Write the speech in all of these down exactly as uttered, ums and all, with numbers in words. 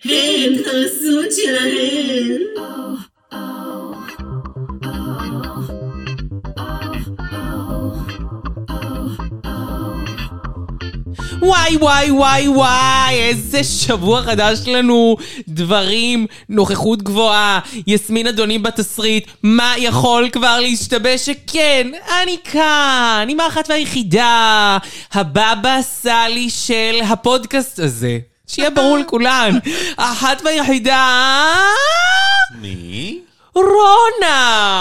הם חסות שלהם. וואי וואי וואי וואי, איזה שבוע חדש לנו, דברים, נוכחות גבוהה, יסמין אדוני בתסריט, מה יכול כבר להשתבש? שכן, אני כאן, עם האחת והיחידה, הבאבא סאלי של הפודקאסט הזה, שיהיה ברור לכולן, האחת והיחידה... מי? רונה!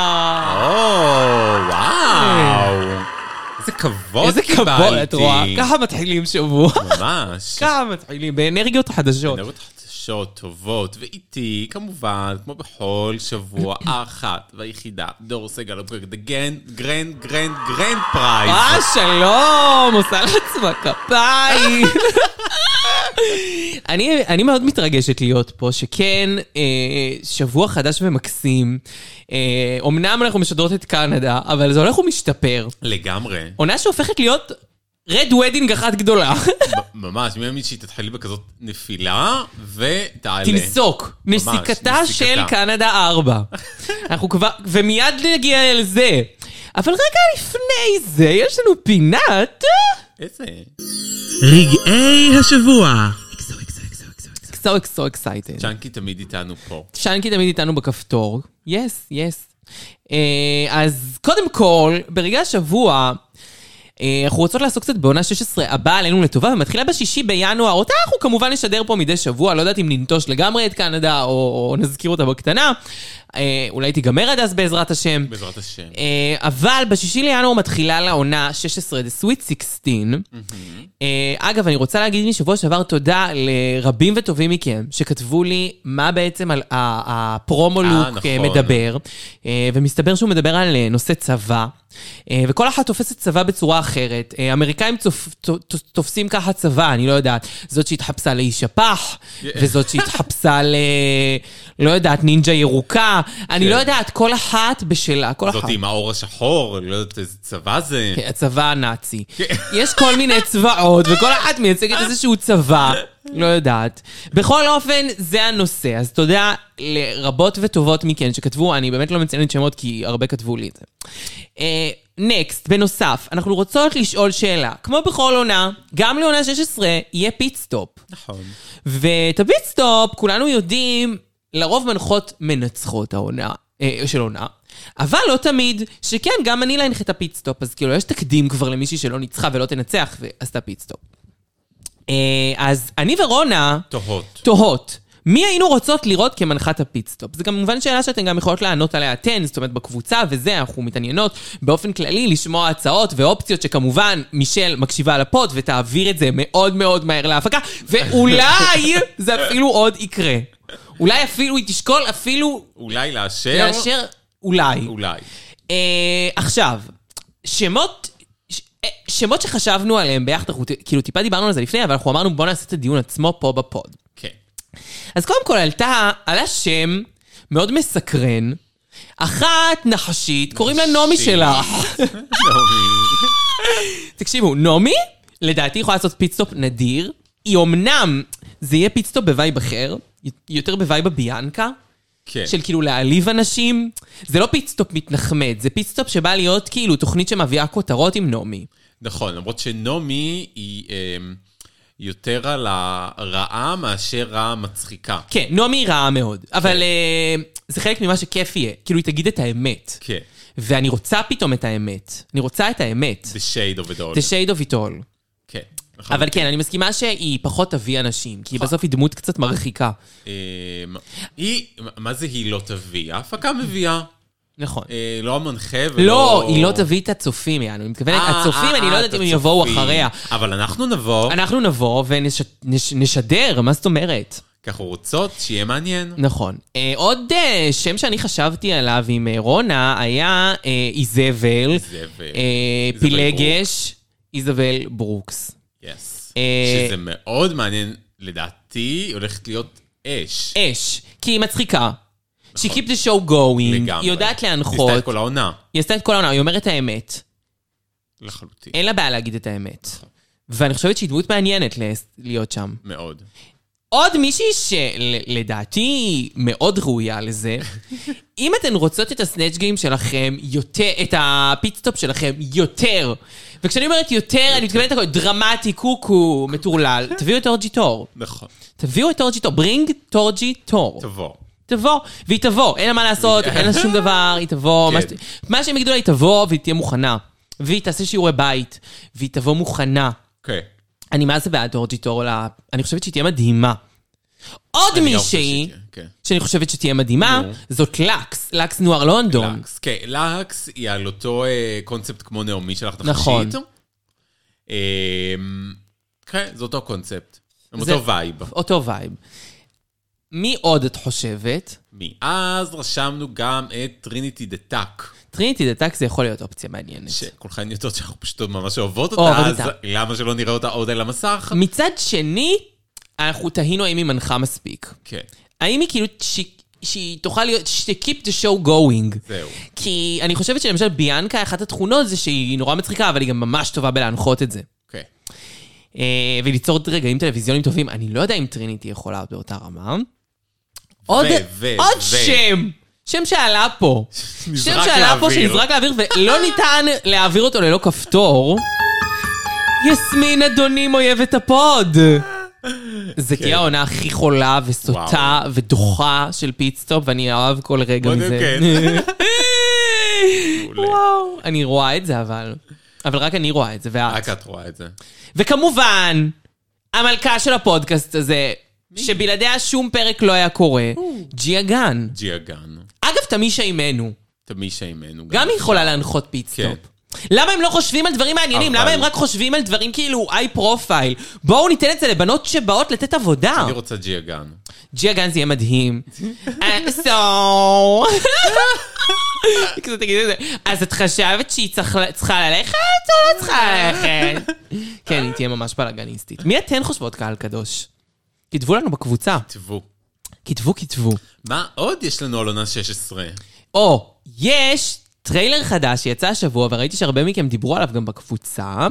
או, וואו. איזה כבוד איזה קיבלתי. כבוד, את רואה? ככה מתחילים שבוע. ממש. ככה מתחילים, באנרגיות חדשות. אנרגיות חדשות, טובות, ואיתי, כמובן, כמו בכל שבוע, האחת והיחידה, דור סגל, גרנד, גרנד, גרנד, גרנד פרייז. אה, שלום, עושה לעצמה כפיים. אני, אני מאוד מתרגשת להיות פה, שכן, אה, שבוע חדש ומקסים. אה, אומנם אנחנו משדרות את קנדה, אבל זה הולך ומשתפר. לגמרי. עונה שהופכת להיות רד ווידינג אחת גדולה. ממש, מי שהיא תתחיל בכזאת נפילה, ותעלה. תנסוק. נסיקתה של קנדה ארבע. אנחנו כבר, ומיד נגיע אל זה. אבל רגע לפני זה, יש לנו פינת... איזה? רגעי השבוע. So so excited. צ'אנקי תמיד איתנו פה. צ'אנקי תמיד איתנו בכפתור. Yes, yes. אז קודם כל, ברגע השבוע, אנחנו רוצות לעסוק קצת בעונה שש עשרה הבאה עלינו לטובה, ומתחילה בשישי בינואר. אותה אנחנו כמובן נשדר פה מדי שבוע, לא יודעת אם ננטוש לגמרי את קנדה, או, או נזכיר אותה בקטנה. אולי תיגמר עד אז בעזרת השם. בעזרת השם. אבל בשישי לינואר מתחילה לעונה שש עשרה, The Sweet שש עשרה. אגב, אני רוצה להגיד משבוע שעבר תודה לרבים וטובים מכם, שכתבו לי מה בעצם על הפרומו לוק מדבר, ומסתבר שהוא מדבר על נושא צבא, וכל אחת תופסת צבא בצורה אחרת. אמריקאים תופסים ככה צבא, אני לא יודעת. זאת שהתחפשה לאיש הפח, וזאת שהתחפשה ל... לא יודעת, נינג'ה ירוקה. אני לא יודעת, כל אחת בשלה, כל אחת. זאת עם האור השחור, אני לא יודעת איזה צבא זה. הצבא הנאצי. יש כל מיני צבאות, וכל אחת מייצגת איזשהו צבא. לא יודעת. בכל אופן, זה הנושא. אז תודה לרבות וטובות מכן שכתבו, אני באמת לא מציינת שמות כי הרבה כתבו לי את זה. נקסט, בנוסף, אנחנו רוצות לשאול שאלה. כמו בכל עונה, גם לעונה שש עשרה יהיה פיטסטופ. נכון. ואת הפיטסטופ, כולנו יודעים, לרוב מנחות מנצחות העונה, של עונה. אבל לא תמיד, שכן, גם אני להנחה את הפיטסטופ, אז כאילו יש תקדים כבר למישהי שלא ניצחה ולא תנצח, ועשתה פיטסטופ. אז אני ורונה... תוהות. תוהות. מי היינו רוצות לראות כמנחת הפיטסטופ? זה גם מובן שאלה שאתן גם יכולות לענות עליה אתן, זאת אומרת בקבוצה וזה, אנחנו מתעניינות באופן כללי לשמוע הצעות ואופציות שכמובן מישל מקשיבה לפוד ותעביר את זה מאוד מאוד מהר להפקה, ואולי זה אפילו עוד יקרה. אולי אפילו היא תשקול אפילו... אולי לאשר? לאשר, אולי. אולי. אה, עכשיו, שמות... שמות שחשבנו עליהם ביחד, אנחנו כאילו טיפה דיברנו על זה לפני, אבל אנחנו אמרנו בוא נעשה את הדיון עצמו פה בפוד. כן. אז קודם כל עלתה, עלה שם מאוד מסקרן, אחת נחשית, קוראים לה נומי שלך. נומי. תקשיבו, נומי, לדעתי יכולה לעשות פיטסטופ נדיר, היא אומנם, זה יהיה פיטסטופ בווייב אחר, יותר בווייב הביאנקה, כן. של כאילו להעליב אנשים, זה לא פיטסטופ מתנחמד, זה פיטסטופ שבא להיות כאילו תוכנית שמביאה כותרות עם נומי. נכון, למרות שנומי היא אה, יותר על הרעה מאשר רעה מצחיקה. כן, נומי היא רעה מאוד, אבל אה, זה חלק ממה שכיף יהיה, כאילו היא תגיד את האמת. כן. ואני רוצה פתאום את האמת, אני רוצה את האמת. The shade of it all. The shade of it all. כן. אבל כן, אני מסכימה שהיא פחות תביא אנשים, כי בסוף היא דמות קצת מרחיקה. היא, מה זה היא לא תביא? ההפקה מביאה. נכון. לא המנחה ולא... לא, היא לא תביא את הצופים, יענו. אני מתכוונת, הצופים, אני לא יודעת אם הם יבואו אחריה. אבל אנחנו נבוא. אנחנו נבוא ונשדר, מה זאת אומרת? כי אנחנו רוצות שיהיה מעניין. נכון. עוד שם שאני חשבתי עליו עם רונה היה איזבל. איזבל. פילגש. איזבל ברוקס. יס. שזה מאוד מעניין, לדעתי, הולכת להיות אש. אש, כי היא מצחיקה. She keep the show going, היא יודעת להנחות. היא עשתה את כל העונה. היא עשתה את כל העונה, היא אומרת האמת. לחלוטין. אין לה בעיה להגיד את האמת. ואני חושבת שהיא דמות מעניינת להיות שם. מאוד. עוד מישהי שלדעתי מאוד ראויה לזה, אם אתן רוצות את הסנאצ' גיים שלכם יותר, את הפיטסטופ שלכם יותר, וכשאני אומרת יותר, אני מתכוונת הכל, דרמטי, קוקו, מטורלל, תביאו את אורג'י טור. נכון. תביאו את אורג'י טור, ברינג אורג'י טור. תבוא. תבוא, והיא תבוא, אין לה מה לעשות, אין לה שום דבר, היא תבוא, מה שהם יגידו לה, היא תבוא והיא תהיה מוכנה. והיא תעשה שיעורי בית, והיא תבוא מוכנה. אוקיי. אני מה זה בעד אורג'י טור, אני חושבת שהיא תהיה מדהימה. עוד מישהי, שאני חושבת שתהיה מדהימה, זאת לקס, לקס נוער לונדון. לקס, כן, לקס היא על אותו קונספט כמו נעמי שלך תחשית. נכון. כן, זה אותו קונספט. אותו וייב. אותו וייב. מי עוד את חושבת? מאז רשמנו גם את טריניטי דה טאק. טריניטי דה טאק זה יכול להיות אופציה מעניינת. שכולכן יודעות שאנחנו פשוט ממש אוהבות אותה, אז למה שלא נראה אותה עוד על המסך? מצד שני, אנחנו תהינו האם היא מנחה מספיק. כן. האם היא כאילו, שהיא תוכל להיות, ש-keep the show going. זהו. כי אני חושבת שלמשל ביאנקה, אחת התכונות זה שהיא נורא מצחיקה, אבל היא גם ממש טובה בלהנחות את זה. כן. וליצור רגעים טלוויזיונים טובים. אני לא יודע אם טריניטי יכולה באותה רמה. עוד שם! שם שעלה פה. שם שעלה פה שנזרק לאוויר, ולא ניתן להעביר אותו ללא כפתור. יסמין אדונים אויבת הפוד. זה תהיה העונה הכי חולה וסוטה ודוחה של פיטסטופ, ואני אוהב כל רגע מזה. וואו, אני רואה את זה אבל. אבל רק אני רואה את זה, ואת. רק את רואה את זה. וכמובן, המלכה של הפודקאסט הזה, שבלעדיה שום פרק לא היה קורה, ג'יה גן. ג'יה גן. אגב, תמישה אימנו. תמישה אימנו. גם היא יכולה להנחות פיטסטופ. למה הם לא חושבים על דברים מעניינים? למה הם רק חושבים על דברים כאילו איי פרופייל? בואו ניתן את זה לבנות שבאות לתת עבודה. אני רוצה ג'יה גן. ג'יה גן זה יהיה מדהים. So... כזה תגיד את זה. אז את חשבת שהיא צריכה ללכת או לא צריכה ללכת? כן, היא תהיה ממש בלגניסטית. מי אתן חושבות קהל קדוש? כתבו לנו בקבוצה. כתבו. כתבו, כתבו. מה עוד יש לנו על עונה שש עשרה? או, יש... טריילר חדש שיצא השבוע, וראיתי שהרבה מכם דיברו עליו גם בקבוצה,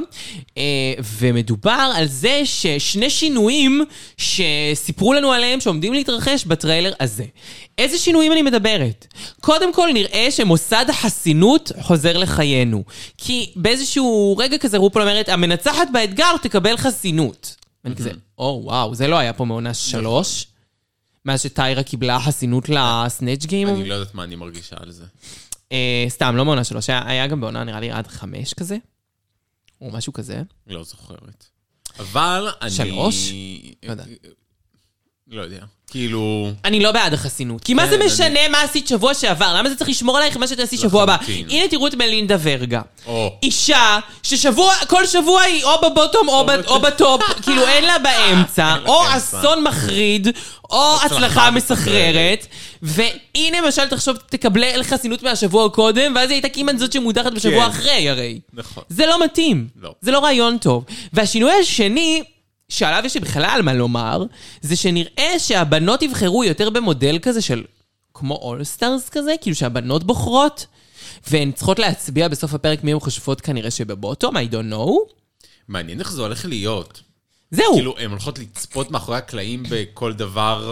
ומדובר על זה ששני שינויים שסיפרו לנו עליהם שעומדים להתרחש בטריילר הזה. איזה שינויים אני מדברת? קודם כל נראה שמוסד החסינות חוזר לחיינו, כי באיזשהו רגע כזה רופול אומרת, המנצחת באתגר תקבל חסינות. ואני כזה, או וואו, זה לא היה פה מעונה שלוש, מאז שטיירה קיבלה חסינות לסנאצ' גיים. אני לא יודעת מה אני מרגישה על זה. סתם, לא מעונה שלוש, היה גם בעונה נראה לי עד חמש כזה, או משהו כזה. לא זוכרת. אבל אני... שלוש? לא יודע. לא יודע. כאילו... אני לא בעד החסינות. כי מה זה משנה מה עשית שבוע שעבר? למה זה צריך לשמור עלייך מה שתעשי שבוע הבא? הנה תראו את מלינדה ורגה. אישה ששבוע, כל שבוע היא או בבוטום או בטופ, כאילו אין לה באמצע, או אסון מחריד, או הצלחה מסחררת, והנה למשל תחשוב, תקבלה חסינות מהשבוע קודם, ואז היא הייתה כמעט זאת שמודחת בשבוע אחרי הרי. זה לא מתאים. זה לא רעיון טוב. והשינוי השני... שעליו יש לי בכלל מה לומר, זה שנראה שהבנות יבחרו יותר במודל כזה של, כמו אול-סטארס כזה, כאילו שהבנות בוחרות, והן צריכות להצביע בסוף הפרק מי הן חושבות כנראה שבבוטום, I don't know. מעניין איך זה הולך להיות. זהו. כאילו, הן הולכות לצפות מאחורי הקלעים בכל דבר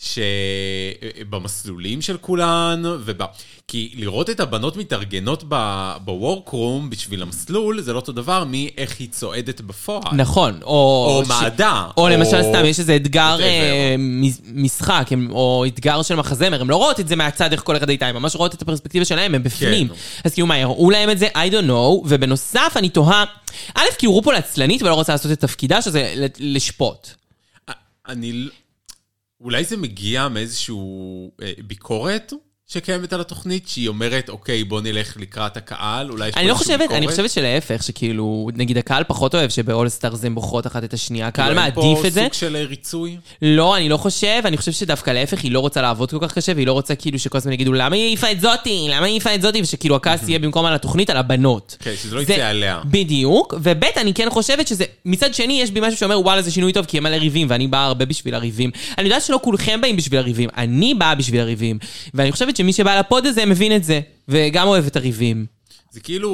שבמסלולים של כולן, ובא... כי לראות את הבנות מתארגנות בוורקרום בשביל המסלול, זה לא אותו דבר מאיך היא צועדת בפועל. נכון. או, או ש... מעדה. או, או למשל סתם, יש איזה אתגר אה, משחק, הם, או אתגר של מחזמר, הם לא רואות את זה מהצד איך כל אחד איתה, הם ממש רואות את הפרספקטיבה שלהם, הם בפנים. כן. אז כאילו מה, יראו להם את זה, I don't know, ובנוסף אני תוהה, א', כי הוא רופול עצלנית ולא רוצה לעשות את תפקידה, שזה לשפוט. אני... אולי זה מגיע מאיזשהו אה, ביקורת שקיימת על התוכנית, שהיא אומרת, אוקיי, בוא נלך לקראת הקהל, אולי יש פה אני לא איזשהו חושבת, ביקורת. אני חושבת שלהפך, שכאילו, נגיד הקהל פחות אוהב שבאול-סטארס הם בוחרות אחת את השנייה, הקהל מעדיף את זה. אין פה סוג של ריצוי? לא, אני לא חושב, אני חושב שדווקא להפך, היא לא רוצה לעבוד כל כך קשה, והיא לא רוצה כאילו שכל הזמן יגידו, למה היא העיפה את זאתי? למה היא העיפה את זאתי? ושכאילו הכעס יהיה במקום על התוכנית, על הבנות. כן, שזה לא יצא עליה. בדיוק, ובית אני כן חושבת שזה, מצד שני יש בי משהו שאומר, וואלה, זה שינוי טוב, כי הם מלא ריבים, ואני באה הרבה בשביל הריבים. אני יודעת שלא כולכם באים בשביל הריבים, אני באה בשביל הריבים. ואני חושבת שמי שבא לפוד הזה מבין את זה, וגם אוהב את הריבים. זה כאילו,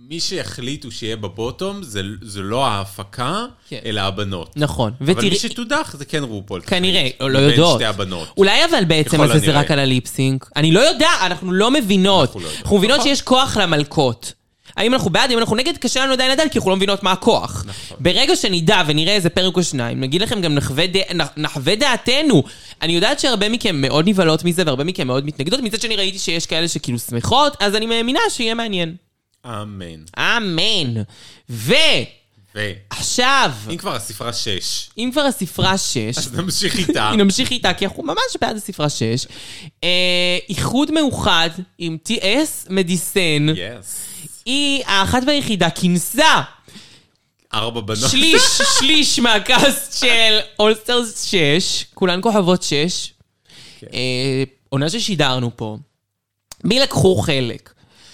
מי שיחליטו שיהיה בבוטום, זה, זה לא ההפקה, כן. אלא הבנות. נכון. אבל ותראי... מי שתודח זה כן רופול. כנראה, לא בין יודעות. שתי הבנות. אולי אבל בעצם זה, זה רק על הליפסינק. אני לא יודע, אנחנו לא מבינות. אנחנו, לא אנחנו מבינות שיש כוח למלכות. האם אנחנו בעד, אם אנחנו נגד, קשה לנו עדיין לדעת, כי אנחנו לא מבינות מה הכוח. נכון. ברגע שנדע ונראה איזה פרק או שניים, נגיד לכם גם נחווה, ד... נחווה דעתנו. אני יודעת שהרבה מכם מאוד נבלות מזה, והרבה מכם מאוד מתנגדות. מצד שאני ראיתי שיש כאלה שכאילו שמחות, אז אני מאמינה שיהיה מעניין. אמן. אמן. ו... ו... עכשיו... אם כבר הספרה שש. אם כבר הספרה שש... אז נמשיך איתה. נמשיך איתה, כי אנחנו ממש בעד הספרה שש. אה, איחוד מאוחד עם טי אס מדיסן. יס. היא האחת והיחידה כינסה. ארבע בנות. שליש, שליש מהקאסט של אולסטרס שש. כולן כוכבות שש. כן. אה, עונה ששידרנו פה. מי לקחו חלק?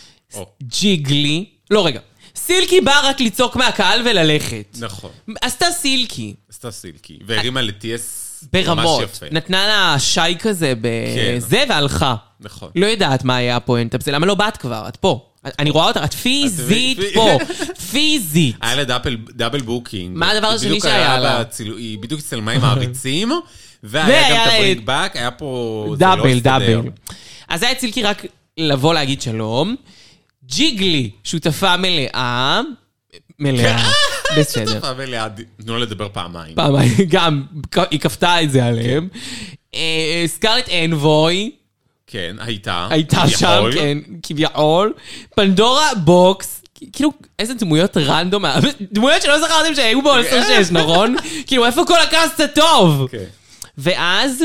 ג'יגלי. לא, רגע. סילקי בא רק לצעוק מהקהל וללכת. נכון. עשתה סילקי. עשתה סילקי. והרימה לטייס ברמות. ממש יפה. נתנה לה שי כזה בזה והלכה. נכון. לא יודעת מה היה הפואנטה. זה למה לא באת כבר? את פה. אני רואה אותך, את פיזית פה. פיזית. היה לה דאבל בוקינג. מה הדבר השני שהיה לה? היא בדיוק צלמה עם העריצים, והיה גם את הברינג בק, היה פה... דאבל, דאבל. אז היה צילקי רק לבוא להגיד שלום. ג'יגלי, שותפה מלאה. מלאה. בסדר. שותפה מלאה, תנו לדבר פעמיים. פעמיים, גם, היא כפתה את זה עליהם. סקארלט אנבוי. כן, הייתה. הייתה שם, כן, כביכול. פנדורה בוקס. כאילו, איזה דמויות רנדום. דמויות שלא זכרתם שהיו באולסטר שש, נכון? כאילו, איפה כל הקאסט הטוב? ואז,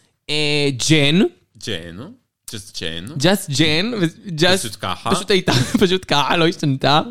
ג'ן. ג'ן. Just ג'ן. Just ג'ן. פשוט ככה. פשוט הייתה, פשוט ככה, לא השתנתה.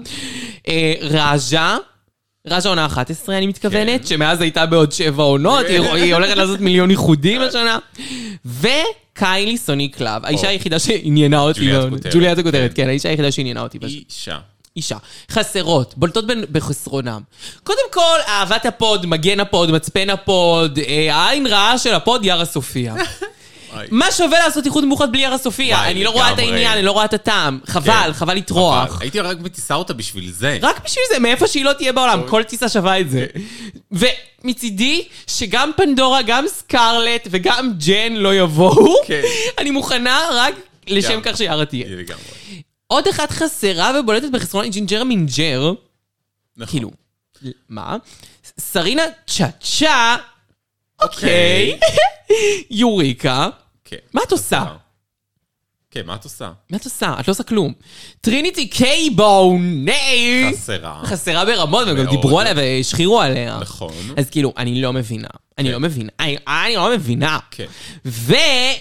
רג'ה. רג'ה עונה אחת עשרה, אני מתכוונת, שמאז הייתה בעוד שבע עונות, היא הולכת לעשות מיליון ייחודים השנה. וקיילי סוני קלאב, האישה היחידה שעניינה אותי. ג'וליית הכותרת, כן, האישה היחידה שעניינה אותי. אישה. אישה. חסרות, בולטות בחסרונם. קודם כל, אהבת הפוד, מגן הפוד, מצפן הפוד, העין רעה של הפוד, ירה סופיה. מה שווה לעשות איחוד מאוחד בלי ירה סופיה? אני לא רואה את העניין, אני לא רואה את הטעם. חבל, חבל לטרוח. הייתי רק בטיסה אותה בשביל זה. רק בשביל זה, מאיפה שהיא לא תהיה בעולם. כל טיסה שווה את זה. ומצידי, שגם פנדורה, גם סקארלט וגם ג'ן לא יבואו, אני מוכנה רק לשם כך שירה תהיה. עוד אחת חסרה ובולטת בחסרון היא ג'ינג'ר מינג'ר. כאילו, מה? סרינה צ'אצ'ה. אוקיי. יוריקה. מה את עושה? כן, מה את עושה? מה את עושה? את לא עושה כלום. טריניטי קייבוני. חסרה. חסרה ברמות, וגם דיברו עליה והשחירו עליה. נכון. אז כאילו, אני לא מבינה. אני לא מבינה. אני לא מבינה. כן. ו...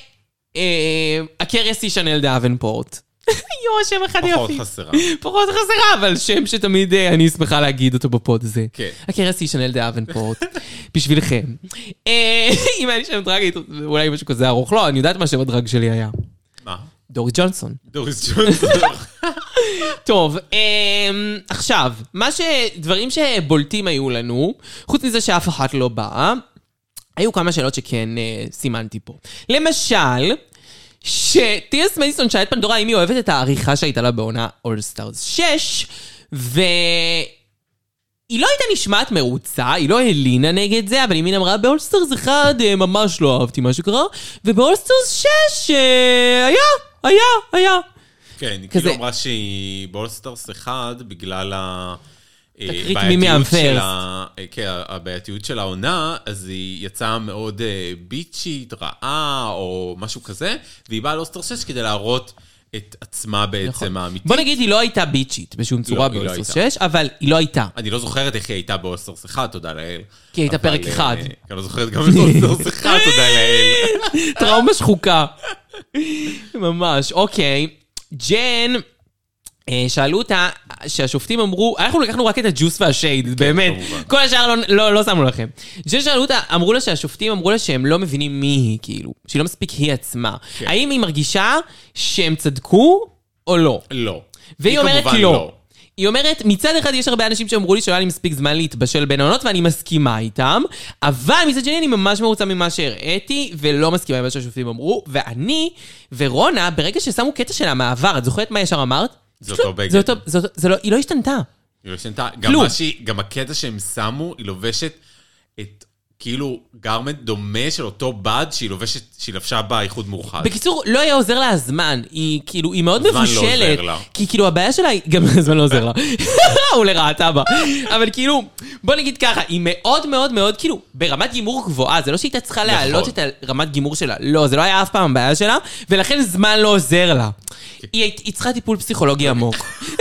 הקרייסי שנל דאבנפורט. יו, שם אחד יופי. פחות חסרה. פחות חסרה, אבל שם שתמיד אני שמחה להגיד אותו בפוד הזה. כן. הקרייסי שנל דאבנפורט. בשבילכם. אם היה לי שם דרגית, אולי משהו כזה ארוך. לא, אני יודעת מה שם הדרג שלי היה. מה? דוריס ג'ונסון. דוריס ג'ונסון. טוב, עכשיו, מה ש... דברים שבולטים היו לנו, חוץ מזה שאף אחת לא באה, היו כמה שאלות שכן סימנתי פה. למשל, שטיאס מדיסון שאלה את פנדורה האם היא אוהבת את העריכה שהייתה לה בעונה אולסטארס שש, והיא לא הייתה נשמעת מרוצה, היא לא הלינה נגד זה, אבל היא מין אמרה, באולסטארס אחד ממש לא אהבתי מה שקרה, ובאולסטארס שש היה, היה, היה. כן, היא כאילו אמרה שהיא באולסטארס אחד, בגלל ה... הבעייתיות של העונה, אז היא יצאה מאוד ביצ'ית, רעה, או משהו כזה, והיא באה לאוסטר שש כדי להראות את עצמה בעצם האמיתית. בוא נגיד, היא לא הייתה ביצ'ית בשום צורה באוסטר שש, אבל היא לא הייתה. אני לא זוכרת איך היא הייתה באוסטר אחד, תודה לאל. כי הייתה פרק אחד. אני לא זוכרת גם את אוסטר אחד, תודה לאל. טראומה שחוקה. ממש, אוקיי. ג'ן... שאלו אותה, שהשופטים אמרו, אנחנו לקחנו רק את הג'וס והשייד, באמת, כל השאר לא שמנו לכם. ג'ן שאלו אותה, אמרו לה שהשופטים אמרו לה שהם לא מבינים מי היא, כאילו, שהיא לא מספיק היא עצמה. האם היא מרגישה שהם צדקו או לא? לא. והיא אומרת לא. היא אומרת, מצד אחד יש הרבה אנשים שאמרו לי שהיה לי מספיק זמן להתבשל בין העונות, ואני מסכימה איתם, אבל מצד שני אני ממש מרוצה ממה שהראיתי, ולא מסכימה עם מה שהשופטים אמרו, ואני ורונה, ברגע ששמו קטע של המעבר, את זוכרת מה ישר אמרת? זה אותו בגד. זה אותו, זה אותו, זה לא, היא לא השתנתה. היא לא השתנתה. גם מה שהיא, גם הקטע שהם שמו, היא לובשת את, כאילו, גרמנט דומה של אותו בד שהיא לובשת, שהיא לבשה באיחוד מאוחד. בקיצור, לא היה עוזר לה הזמן. היא, כאילו, היא מאוד מבושלת. הזמן לא עוזר לה. כי, כאילו, הבעיה שלה היא, גם הזמן לא עוזר לה. הוא לרעתה בה. אבל כאילו, בוא נגיד ככה, היא מאוד מאוד מאוד, כאילו, ברמת גימור גבוהה. זה לא שהיא צריכה להעלות את הרמת גימור שלה. לא, זה לא היה אף פעם הבעיה שלה, ולכן זמן לא עוזר לה. היא צריכה טיפול פסיכולוגי עמוק.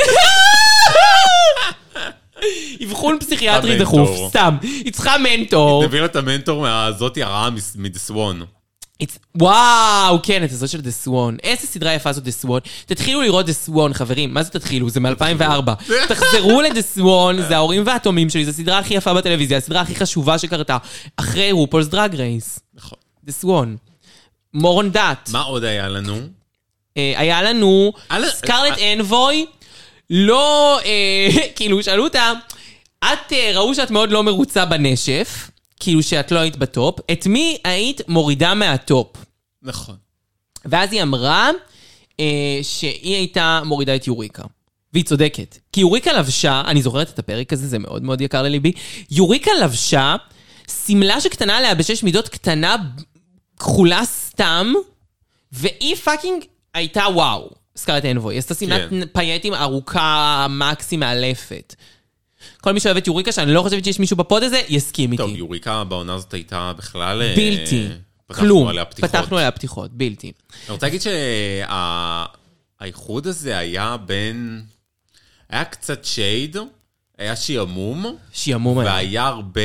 אבחון פסיכיאטרי דחוף, סתם. היא צריכה מנטור. תביא לה את המנטור מהזאתי הרעה מ-The Swan. וואו, כן, את הזאת של The Swan. איזה סדרה יפה זאת The Swan. תתחילו לראות The Swan, חברים. מה זה תתחילו? זה מ-אלפיים וארבע. תחזרו ל-The Swan, זה ההורים והתומים שלי, זו הסדרה הכי יפה בטלוויזיה, הסדרה הכי חשובה שקרתה. אחרי RuPaul's Drag Race. נכון. The Swan. More on that. מה עוד היה לנו? היה לנו סקרלט אנבוי, לא, כאילו, שאלו אותה, את ראו שאת מאוד לא מרוצה בנשף, כאילו שאת לא היית בטופ, את מי היית מורידה מהטופ? נכון. ואז היא אמרה שהיא הייתה מורידה את יוריקה. והיא צודקת. כי יוריקה לבשה, אני זוכרת את הפרק הזה, זה מאוד מאוד יקר לליבי, יוריקה לבשה, סמלה שקטנה עליה בשש מידות קטנה, כחולה סתם, והיא פאקינג הייתה וואו. סקרלט אנבוי. היא עשתה סמלת פייטים ארוכה, מקסי מאלפת. כל מי שאוהב את יוריקה, שאני לא חושבת שיש מישהו בפוד הזה, יסכים איתי. טוב, יוריקה בעונה הזאת הייתה בכלל... בלתי. כלום. פתחנו עליה פתיחות, בלתי. אני רוצה להגיד שהאיחוד הזה היה בין... היה קצת שייד, היה שיעמום. שיעמום היה. והיה הרבה...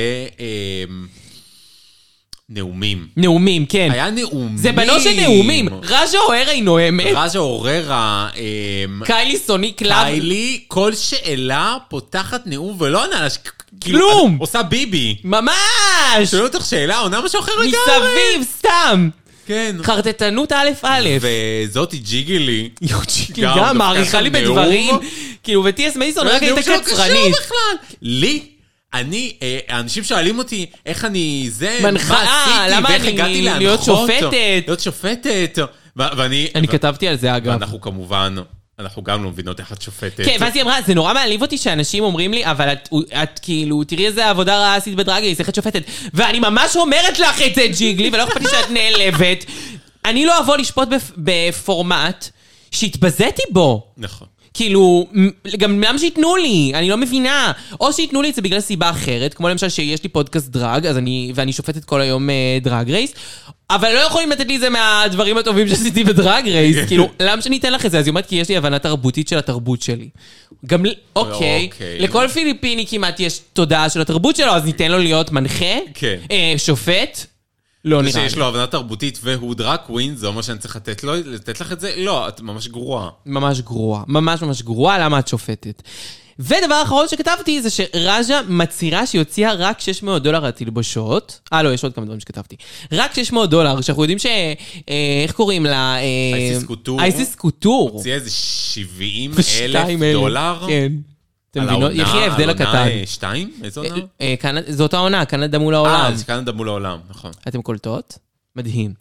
נאומים. נאומים, כן. היה נאומים. זה בנות של נאומים. רג'ה אוררה היא נואמת. רג'ה אוררה... קיילי סוניק לב. קיילי, כל שאלה פותחת נאום ולא עונה לה... כלום. עושה ביבי. ממש. שואלו אותך שאלה, עונה משהו אחר לגמרי. מסביב, סתם. כן. חרטטנות א' א'. וזאתי ג'יגילי. יו, ג'יגילי גם, מעריכה לי בדברים. כאילו, וטי.אס. מייסון רק הייתה קצרנית. לי... אני, האנשים שואלים אותי איך אני זה, מנחה, למה אני להיות שופטת? להיות שופטת, ואני... אני כתבתי על זה אגב. ואנחנו כמובן, אנחנו גם לא מבינות איך את שופטת. כן, ואז היא אמרה, זה נורא מעליב אותי שאנשים אומרים לי, אבל את כאילו, תראי איזה עבודה רעה עשית בדרג רייס, איך את שופטת. ואני ממש אומרת לך את זה, ג'יגלי, ולא אכפת לי שאת נעלבת. אני לא אבוא לשפוט בפורמט שהתבזיתי בו. נכון. כאילו, גם למה שיתנו לי? אני לא מבינה. או שיתנו לי את זה בגלל סיבה אחרת, כמו למשל שיש לי פודקאסט דרג, אז אני, ואני שופטת כל היום דרג רייס, אבל לא יכולים לתת לי את זה מהדברים הטובים שעשיתי בדרג רייס. כאילו, למה שאני אתן לך את זה? אז היא אומרת, כי יש לי הבנה תרבותית של התרבות שלי. גם, אוקיי, לכל פיליפיני כמעט יש תודעה של התרבות שלו, אז ניתן לו להיות מנחה, שופט, לא נראה לי. שיש לו הבנה תרבותית והוא דרג קווין, זה אומר שאני צריך לתת לו, לתת לך את זה? לא, את ממש גרועה. ממש גרועה, ממש ממש גרועה, למה את שופטת? ודבר האחרון שכתבתי זה שרג'ה מצהירה שהיא הוציאה רק שש מאות דולר על תלבושות. אה, לא, יש עוד כמה דברים שכתבתי. רק שש מאות דולר, שאנחנו יודעים ש... איך קוראים לה? אייסיס קוטור. אייסיס קוטור. הוציאה איזה שבעים אלף דולר. כן. אתם מבינות? יחי ההבדל הקטן. על העונה שתיים? איזו עונה? זו אותה עונה, קנדה מול העולם. אה, זה קנדה מול העולם, נכון. אתם קולטות? מדהים.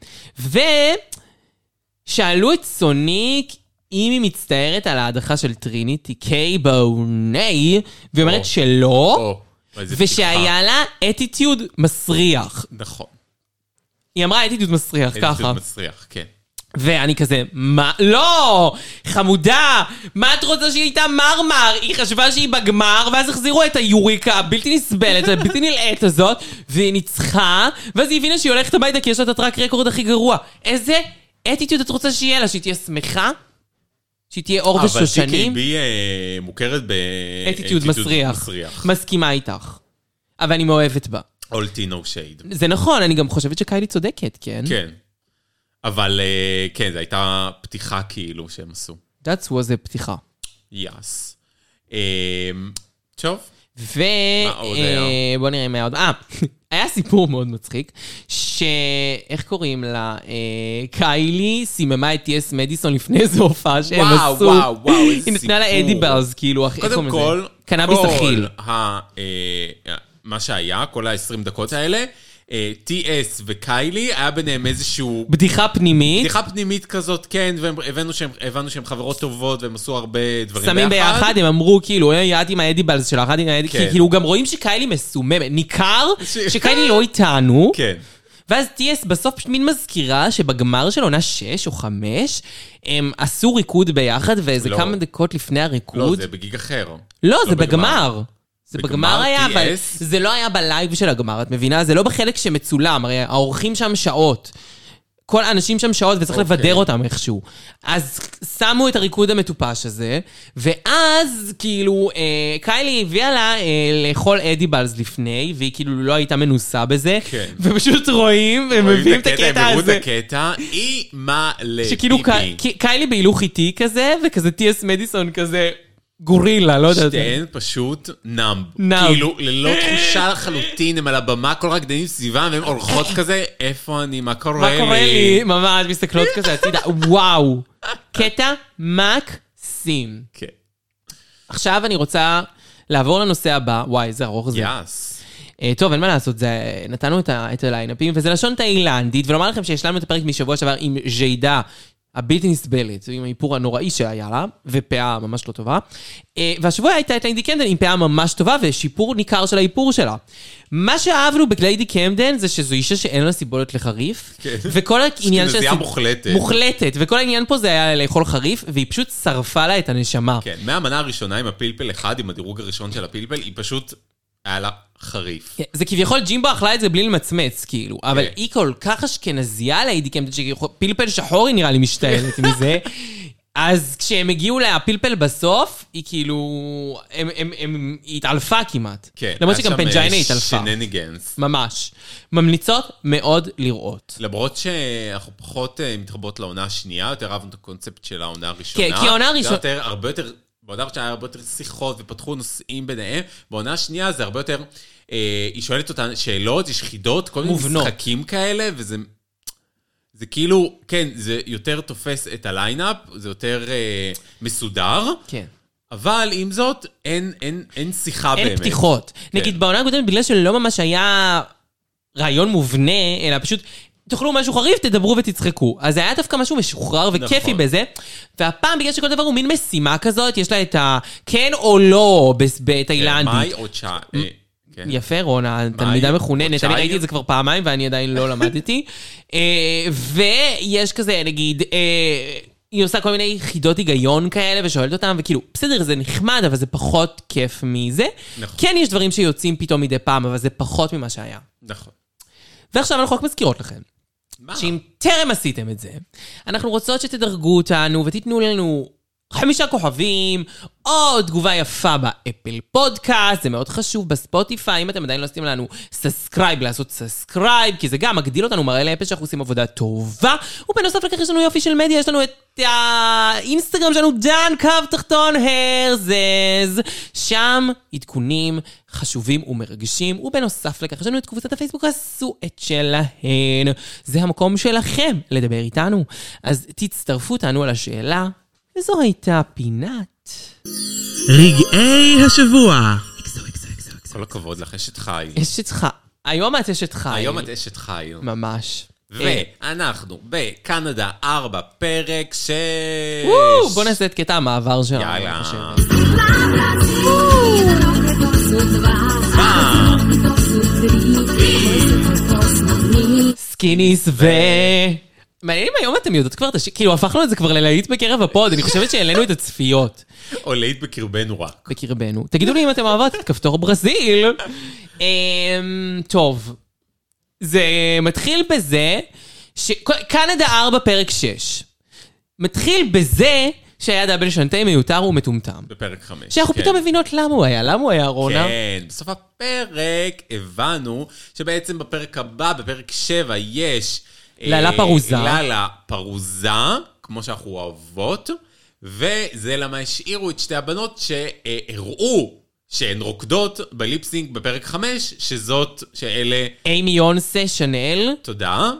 ושאלו את סוניק אם היא מצטערת על ההדחה של טריניטי קיי בוני, והיא אומרת שלא, ושהיה לה אטיטיוד מסריח. נכון. היא אמרה אטיטיוד מסריח, ככה. אטיטיוד מסריח, כן. ואני כזה, מה? לא! חמודה! מה את רוצה שהיא הייתה מרמר? היא חשבה שהיא בגמר, ואז החזירו את היוריקה הבלתי נסבלת, הבלתי נלעט הזאת, והיא ניצחה, ואז היא הבינה שהיא הולכת הביתה, כי יש לה את הטרק רקורד הכי גרוע. איזה אטיטיוד את רוצה שיהיה לה? שהיא תהיה שמחה? שהיא תהיה אור ושושנים? אבל טי קיי בי מוכרת באטיטיוד מסריח. מסכימה איתך. אבל אני מאוהבת בה. אולטי נו שייד. זה נכון, אני גם חושבת שקיילי צודקת, כן? כן. אבל כן, זו הייתה פתיחה כאילו שהם עשו. That was a פתיחה. יס. טוב. ו... מה עוד היה? בוא נראה מה עוד. אה, היה סיפור מאוד מצחיק, שאיך קוראים לה? קיילי סיממה את טי.אס. מדיסון לפני איזו הופעה שהם עשו. וואו, וואו, וואו, איזה סיפור. היא נתנה לה אדיבלס, כאילו, איך קוראים לזה? קודם כל, קנאביס אכיל. מה שהיה, כל ה-עשרים דקות האלה, טי אס וקיילי, היה ביניהם איזשהו... בדיחה פנימית. בדיחה פנימית כזאת, כן, והבנו שהם, הבנו שהם חברות טובות, והם עשו הרבה דברים שמים ביחד. ביחד, הם אמרו, כאילו, יד עם האדיבלס שלך, יד עם האדיבלס, כן. כאילו, גם רואים שקיילי מסוממת. ניכר ש... שקיילי לא איתנו. כן. ואז טי אס בסוף פשוט מין מזכירה שבגמר של עונה שש או חמש, הם עשו ריקוד ביחד, ואיזה לא. כמה דקות לפני הריקוד. לא, זה בגיג אחר. לא, לא זה בגמר. בגמר. זה בגמר, בגמר היה, אבל זה לא היה בלייב של הגמר, את מבינה? זה לא בחלק שמצולם, הרי האורחים שם שעות. כל האנשים שם שעות וצריך okay. לבדר אותם איכשהו. אז שמו את הריקוד המטופש הזה, ואז כאילו אה, קיילי הביאה לה אה, לאכול אדיבלס לפני, והיא כאילו לא הייתה מנוסה בזה, okay. ופשוט רואים, והם מביאים את הקטע הזה. רואים את הקטע, היא מה לפיפי. שכאילו קיילי בהילוך איטי כזה, וכזה טי אס מדיסון כזה... גורילה, לא יודעת. שתיהן פשוט נאמב. נאמב. כאילו, ללא תחושה לחלוטין, הם על הבמה, כל רקדנים סביבם, והם הולכות כזה, איפה אני, מה קורה לי? מה קורה לי? ממש, מסתכלות כזה, הצידה, וואו. קטע מקסים. כן. עכשיו אני רוצה לעבור לנושא הבא, וואי, זה ארוך זה. יס. טוב, אין מה לעשות, נתנו את הליינאפים, וזה לשון תאילנדית, ולומר לכם שיש לנו את הפרק משבוע שעבר עם ז'יידה, הבלתי נסבלת, עם האיפור הנוראי שהיה לה, ופאה ממש לא טובה. והשבוע הייתה את ליידי קמדן עם פאה ממש טובה, ושיפור ניכר של האיפור שלה. מה שאהבנו בליידי קמדן, זה שזו אישה שאין לה סיבולת לחריף, וכל העניין של... נזייה מוחלטת. מוחלטת, וכל העניין פה זה היה לאכול חריף, והיא פשוט שרפה לה את הנשמה. כן, מהמנה הראשונה עם הפלפל אחד, עם הדירוג הראשון של הפלפל, היא פשוט... היה לה חריף. זה כביכול ג'ימבו אכלה את זה בלי למצמץ, כאילו. אבל היא כל כך אשכנזיה ליידי קמדן, שפלפל שחור היא נראה לי משתעלת מזה. אז כשהם הגיעו להפלפל בסוף, היא כאילו... היא התעלפה כמעט. כן. למרות שגם פנג'יינה התעלפה. שנניגנס. ממש. ממליצות מאוד לראות. למרות שאנחנו פחות מתרבות לעונה השנייה, יותר אהבנו את הקונספט של העונה הראשונה. כן, כי העונה הראשונה... זה יותר, הרבה יותר... בעונה הראשונה היה הרבה יותר שיחות ופתחו נושאים ביניהם. בעונה השנייה זה הרבה יותר... אה, היא שואלת אותן שאלות, יש חידות, כל מיני משחקים כאלה, וזה... זה כאילו, כן, זה יותר תופס את הליינאפ, זה יותר אה, מסודר. כן. אבל עם זאת, אין, אין, אין שיחה אין באמת. אין פתיחות. כן. נגיד, בעונה הקודמת, בגלל שלא ממש היה רעיון מובנה, אלא פשוט... תאכלו משהו חריף, תדברו ותצחקו. אז זה היה דווקא משהו משוחרר וכיפי נכון. בזה. והפעם, בגלל שכל דבר הוא מין משימה כזאת, יש לה את ה... כן או לא בתאילנדית. מאי או צ'ה... כן. יפה, רונה, תלמידה מחוננת. אני ראיתי את זה כבר פעמיים, ואני עדיין לא למדתי. ויש כזה, נגיד... היא עושה כל מיני חידות היגיון כאלה, ושואלת אותם, וכאילו, בסדר, זה נחמד, אבל זה פחות כיף מזה. נכון. כן, יש דברים שיוצאים פתאום מדי פעם, אבל זה פחות ממה שהיה. נכון. ועכשיו אנחנו רק מזכירות לכם. מה? שאם טרם עשיתם את זה, אנחנו רוצות שתדרגו אותנו ותיתנו לנו חמישה כוכבים, או תגובה יפה באפל פודקאסט, זה מאוד חשוב בספוטיפיי, אם אתם עדיין לא עשיתם לנו סאסקרייב, לעשות סאסקרייב, כי זה גם מגדיל אותנו, מראה לאפל שאנחנו עושים עבודה טובה, ובנוסף לכך יש לנו יופי של מדיה, יש לנו את האינסטגרם שלנו, דן קו תחתון הרזז, שם עדכונים חשובים ומרגשים, ובנוסף לכך יש לנו את קבוצת הפייסבוק, עשו את שלהן, זה המקום שלכם לדבר איתנו, אז תצטרפו אותנו על השאלה, וזו הייתה פינת רגעי השבוע. כל הכבוד לך, אשת חי. אשת חי. היום את אשת חי. היום את אשת חי. ממש. ואנחנו בקנדה ארבע, פרק שש. בוא נעשה את קטע המעבר שלנו. יאללה. סקיניס ו... מעניין אם היום אתם יודעות כבר, כאילו הפכנו את זה כבר ללהיט בקרב הפוד, אני חושבת שהעלינו את הצפיות. או להיט בקרבנו רק. בקרבנו. תגידו לי אם אתם אוהבות את כפתור ברזיל. טוב, זה מתחיל בזה, קנדה ארבע פרק שש. מתחיל בזה שהיה דאבל שנתי מיותר ומטומטם. בפרק חמש. שאנחנו פתאום מבינות למה הוא היה, למה הוא היה רונה? כן, בסוף הפרק הבנו שבעצם בפרק הבא, בפרק שבע, יש... לילה פרוזה. לילה פרוזה, כמו שאנחנו אוהבות, וזה למה השאירו את שתי הבנות שהראו שהן רוקדות בליפסינג בפרק חמש, שזאת, שאלה... אימי יונסה, שנל. תודה.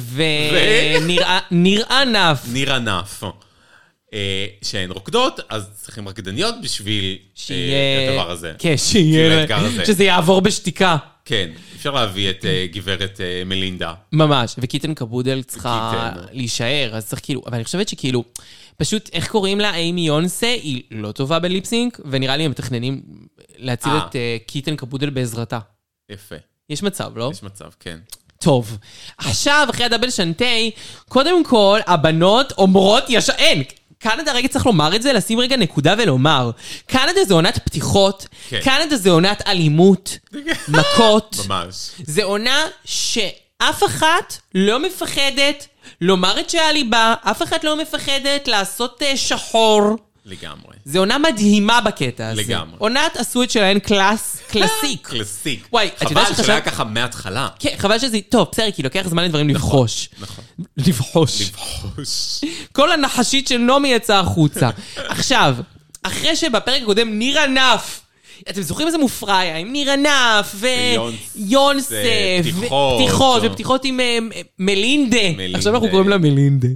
ונראה נף. נראה נף. שהן רוקדות, אז צריכים רקדניות בשביל הדבר הזה. כן, שיהיה... שזה יעבור בשתיקה. כן, אפשר להביא את גברת מלינדה. ממש, וקיטן קבודל צריכה להישאר, אז צריך כאילו, אבל אני חושבת שכאילו, פשוט איך קוראים לה, אימי יונסה, היא לא טובה בליפסינק, ונראה לי הם מתכננים להציל את קיטן קבודל בעזרתה. יפה. יש מצב, לא? יש מצב, כן. טוב. עכשיו, אחרי הדאבל שנטי, קודם כל, הבנות אומרות ישר, אין, קנדה רגע צריך לומר את זה, לשים רגע נקודה ולומר, קנדה זה עונת פתיחות, כן. קנדה זה עונת אלימות, מכות. ממש. זה עונה שאף אחת לא מפחדת לומר את שעל ליבה, אף אחת לא מפחדת לעשות שחור. לגמרי. זה עונה מדהימה בקטע הזה. לגמרי. עונת עשו את שלהן קלאס, קלאסיק. קלאסיק. וואי, חבל שהיה ככה מההתחלה. כן, חבל שזה, טוב, בסדר, כי לוקח זמן לדברים לבחוש. נכון. לבחוש. לבחוש. כל הנחשית של נומי יצאה החוצה. עכשיו, אחרי שבפרק הקודם ניר ענף, אתם זוכרים איזה מופרע היה, עם ניר ענף, ויונסה, ופתיחות, ופתיחות עם מלינדה. עכשיו אנחנו קוראים לה מלינדה.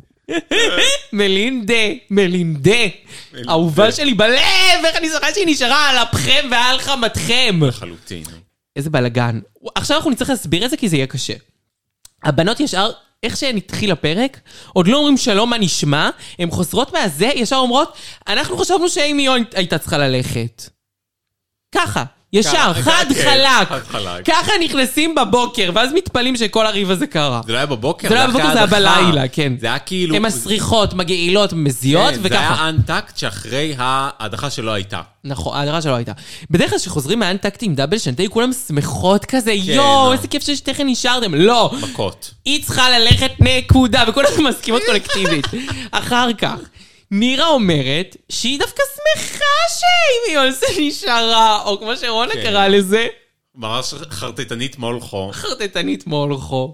מלינדה, מלינדה. אהובה שלי בלב, איך אני זוכרת שהיא נשארה על אפכם ועל חמתכם. לחלוטין. איזה בלגן. עכשיו אנחנו נצטרך להסביר את זה כי זה יהיה קשה. הבנות ישר, איך שהן התחיל הפרק, עוד לא אומרים שלום מה נשמע, הן חוזרות מהזה, ישר אומרות, אנחנו חשבנו שאימי הייתה צריכה ללכת. ככה, ישר, חד חלק. ככה נכנסים בבוקר, ואז מתפלים שכל הריב הזה קרה. זה לא היה בבוקר, זה לא היה בבוקר, זה היה בלילה, כן. זה היה כאילו... הן מסריחות, מגעילות, מזיעות, וככה. זה היה אנטקט שאחרי ההדחה שלא הייתה. נכון, ההדחה שלא הייתה. בדרך כלל שחוזרים מהאנטקט עם דאבל שנטי, כולם שמחות כזה, יואו, איזה כיף ששתיכן נשארתם. לא. מכות. היא צריכה ללכת נקודה, וכולם מסכימות קולקטיבית. אחר כך. נירה אומרת שהיא דווקא שמחה שאימי יונסה נשארה, או כמו שרונה קרא לזה. ממש חרטטנית מולכו. חרטטנית מולכו.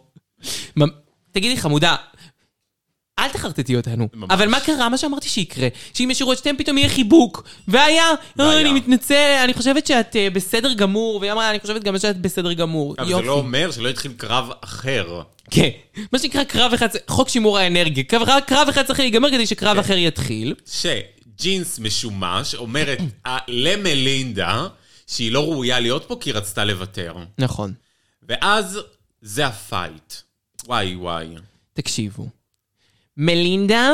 תגידי חמודה, אל תחרטטי אותנו. אבל מה קרה? מה שאמרתי שיקרה, שאם ישאירו את שתיהם פתאום יהיה חיבוק. והיה, אני מתנצל, אני חושבת שאת בסדר גמור, והיא אמרה, אני חושבת גם שאת בסדר גמור. אבל זה לא אומר שלא התחיל קרב אחר. כן, מה שנקרא קרב אחד, חוק שימור האנרגיה, קרב אחד צריך להיגמר כדי שקרב אחר יתחיל. שג'ינס משומש אומרת למלינדה שהיא לא ראויה להיות פה כי היא רצתה לוותר. נכון. ואז זה הפייט. וואי וואי. תקשיבו. מלינדה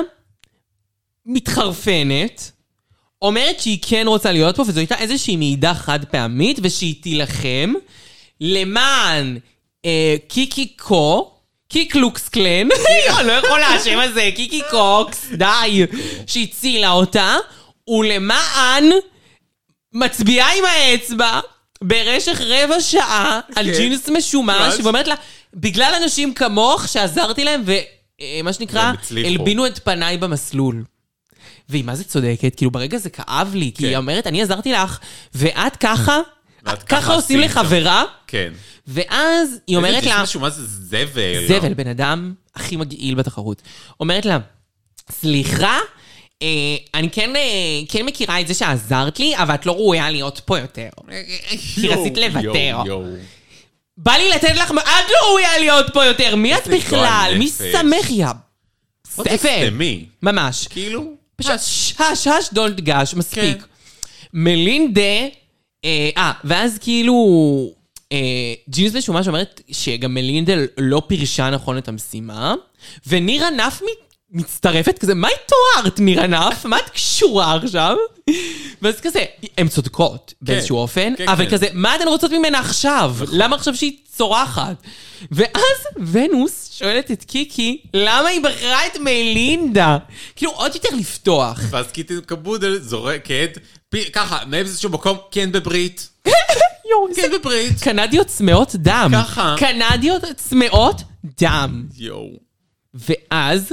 מתחרפנת, אומרת שהיא כן רוצה להיות פה, וזו הייתה איזושהי מעידה חד פעמית, ושהיא תילחם למען אה, קיקי קו, קיק לוקס קלן, אני לא יכולה, השם הזה, קיקי קוקס, די, שהצילה אותה, ולמען מצביעה עם האצבע, במשך רבע שעה, על ג'ינס משומש, ואומרת לה, בגלל אנשים כמוך שעזרתי להם, ומה שנקרא, הלבינו את פניי במסלול. והיא מה זה צודקת? כאילו ברגע זה כאב לי, כי היא אומרת, אני עזרתי לך, ואת ככה, ככה עושים לחברה, כן. ואז היא אומרת לה... איזה משהו, מה זה זבל? זבל, בן אדם הכי מגעיל בתחרות. אומרת לה, סליחה, אני כן מכירה את זה שעזרת לי, אבל את לא ראויה להיות פה יותר. כי רצית לוותר. בא לי לתת לך, את לא ראויה להיות פה יותר. מי את בכלל? מי שמח יא? סטפן. ממש. כאילו? פשוט שש, שש, דונט גש, מספיק. מלינדה, אה, ואז כאילו... ג'ינס משומש אומרת שגם מלינדה לא פירשה נכון את המשימה, ונירה נף מצטרפת כזה, מה התוארת נירה נף? מה את קשורה עכשיו? ואז כזה, הן צודקות באיזשהו אופן, אבל כזה, מה אתן רוצות ממנה עכשיו? למה עכשיו שהיא צורחת? ואז ונוס שואלת את קיקי, למה היא בחרה את מלינדה? כאילו עוד יותר לפתוח. ואז קיטן קבודל זורקת, ככה, מאיזשהו מקום, כן בברית. כן בברית. קנדיות צמאות דם. ככה. קנדיות צמאות דם. יואו. ואז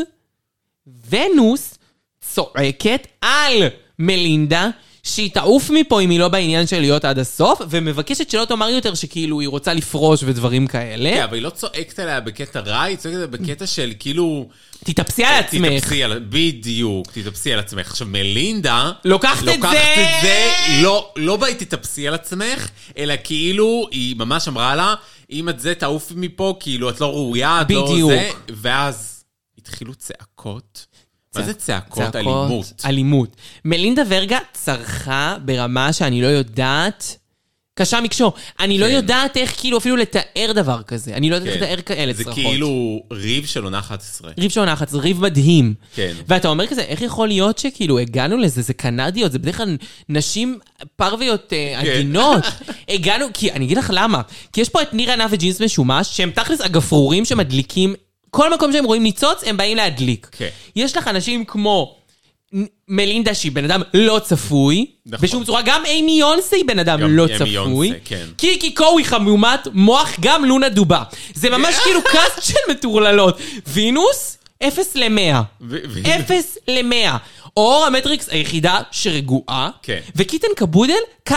ונוס צועקת על מלינדה שהיא תעוף מפה אם היא לא בעניין של להיות עד הסוף, ומבקשת שלא תאמר יותר שכאילו היא רוצה לפרוש ודברים כאלה. כן, אבל היא לא צועקת עליה בקטע רע, היא צועקת עליה בקטע של כאילו... תתאפסי על עצמך. תתאפסי על... בדיוק, תתאפסי על עצמך. עכשיו, מלינדה... לוקחת את זה... לוקחת את זה, לא, לא באי תתאפסי על עצמך, אלא כאילו היא ממש אמרה לה, אם את זה תעוף מפה, כאילו את לא ראויה, את לא זה, ואז התחילו צעקות. מה זה צעקות? אלימות. אלימות. מלינדה ורגה צרחה ברמה שאני לא יודעת קשה מקשור. אני לא יודעת איך כאילו אפילו לתאר דבר כזה. אני לא יודעת איך לתאר כאלה צרחות. זה כאילו ריב של עונה אחת עשרה. ריב של עונה אחת עשרה, ריב מדהים. כן. ואתה אומר כזה, איך יכול להיות שכאילו הגענו לזה, זה קנדיות, זה בדרך כלל נשים פרוויות עדינות. הגענו, כי אני אגיד לך למה. כי יש פה את נירה ענה וג'ינס משומש, שהם תכלס הגפרורים שמדליקים, כל מקום שהם רואים ניצוץ, הם באים להדליק. כן. יש לך אנשים כמו מלינדה שהיא בן אדם לא צפוי, נכון. בשום צורה, גם אימי יונסה היא בן אדם לא צפוי, יונסה, כן. קיקי קו היא חמומת מוח, גם לונה דובה. זה ממש כאילו קאסט של מטורללות. וינוס, אפס למאה. אפס למאה. אור המטריקס היחידה שרגועה, כן. וקיטן קבודל,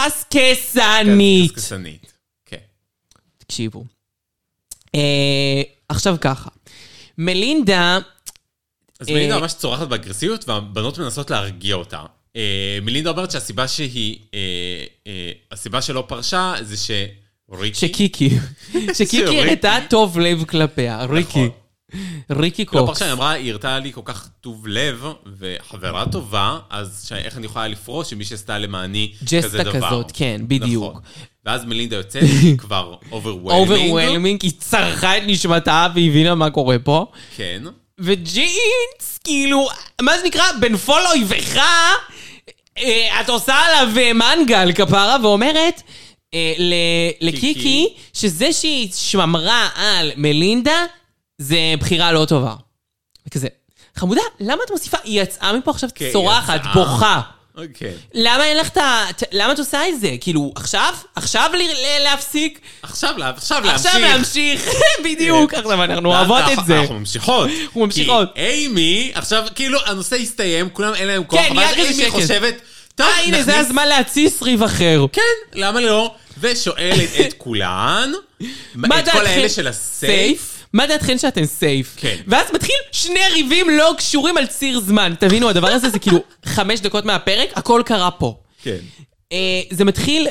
קסקסנית. קסקסנית, כן. תקשיבו. אה, עכשיו ככה. מלינדה... אז מלינדה ממש צורחת באגרסיביות, והבנות מנסות להרגיע אותה. מלינדה אומרת שהסיבה שהיא, הסיבה שלא פרשה, זה שריקי... שקיקי. שקיקי הראתה טוב לב כלפיה. ריקי. ריקי קוקס. לא פרשה, היא אמרה, היא הראתה לי כל כך טוב לב, וחברה טובה, אז איך אני יכולה לפרוש שמי שעשתה למעני כזה דבר. ג'סטה כזאת, כן, בדיוק. ואז מלינדה יוצאת, היא כבר אוברוולמינג. אוברוולמינג, היא צרחה את נשמתה והבינה מה קורה פה. כן. וג'ינס, כאילו, מה זה נקרא? בנפול אויבך, את עושה עליו מנגל כפרה, ואומרת לקיקי, שזה שהיא שמרה על מלינדה, זה בחירה לא טובה. וכזה, חמודה, למה את מוסיפה? היא יצאה מפה עכשיו צורחת, בוכה. אוקיי. למה אין לך את ה... למה את עושה את זה? כאילו, עכשיו? עכשיו להפסיק? עכשיו להמשיך. עכשיו להמשיך, בדיוק. עכשיו אנחנו אוהבות את זה. אנחנו ממשיכות. אנחנו ממשיכות. כי אימי, עכשיו, כאילו, הנושא הסתיים, כולם אין להם כוח, אבל אימי חושבת, טוב, אה, הנה, זה הזמן להציס ריב אחר. כן, למה לא? ושואלת את כולן, את כל האלה של הסייף, מה דעתכן שאתן סייף? כן. ואז מתחיל שני ריבים לא קשורים על ציר זמן. תבינו, הדבר הזה זה כאילו חמש דקות מהפרק, הכל קרה פה. כן. זה מתחיל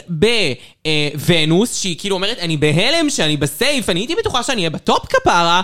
בוונוס, שהיא כאילו אומרת, אני בהלם שאני בסייף, אני הייתי בטוחה שאני אהיה בטופ כפרה,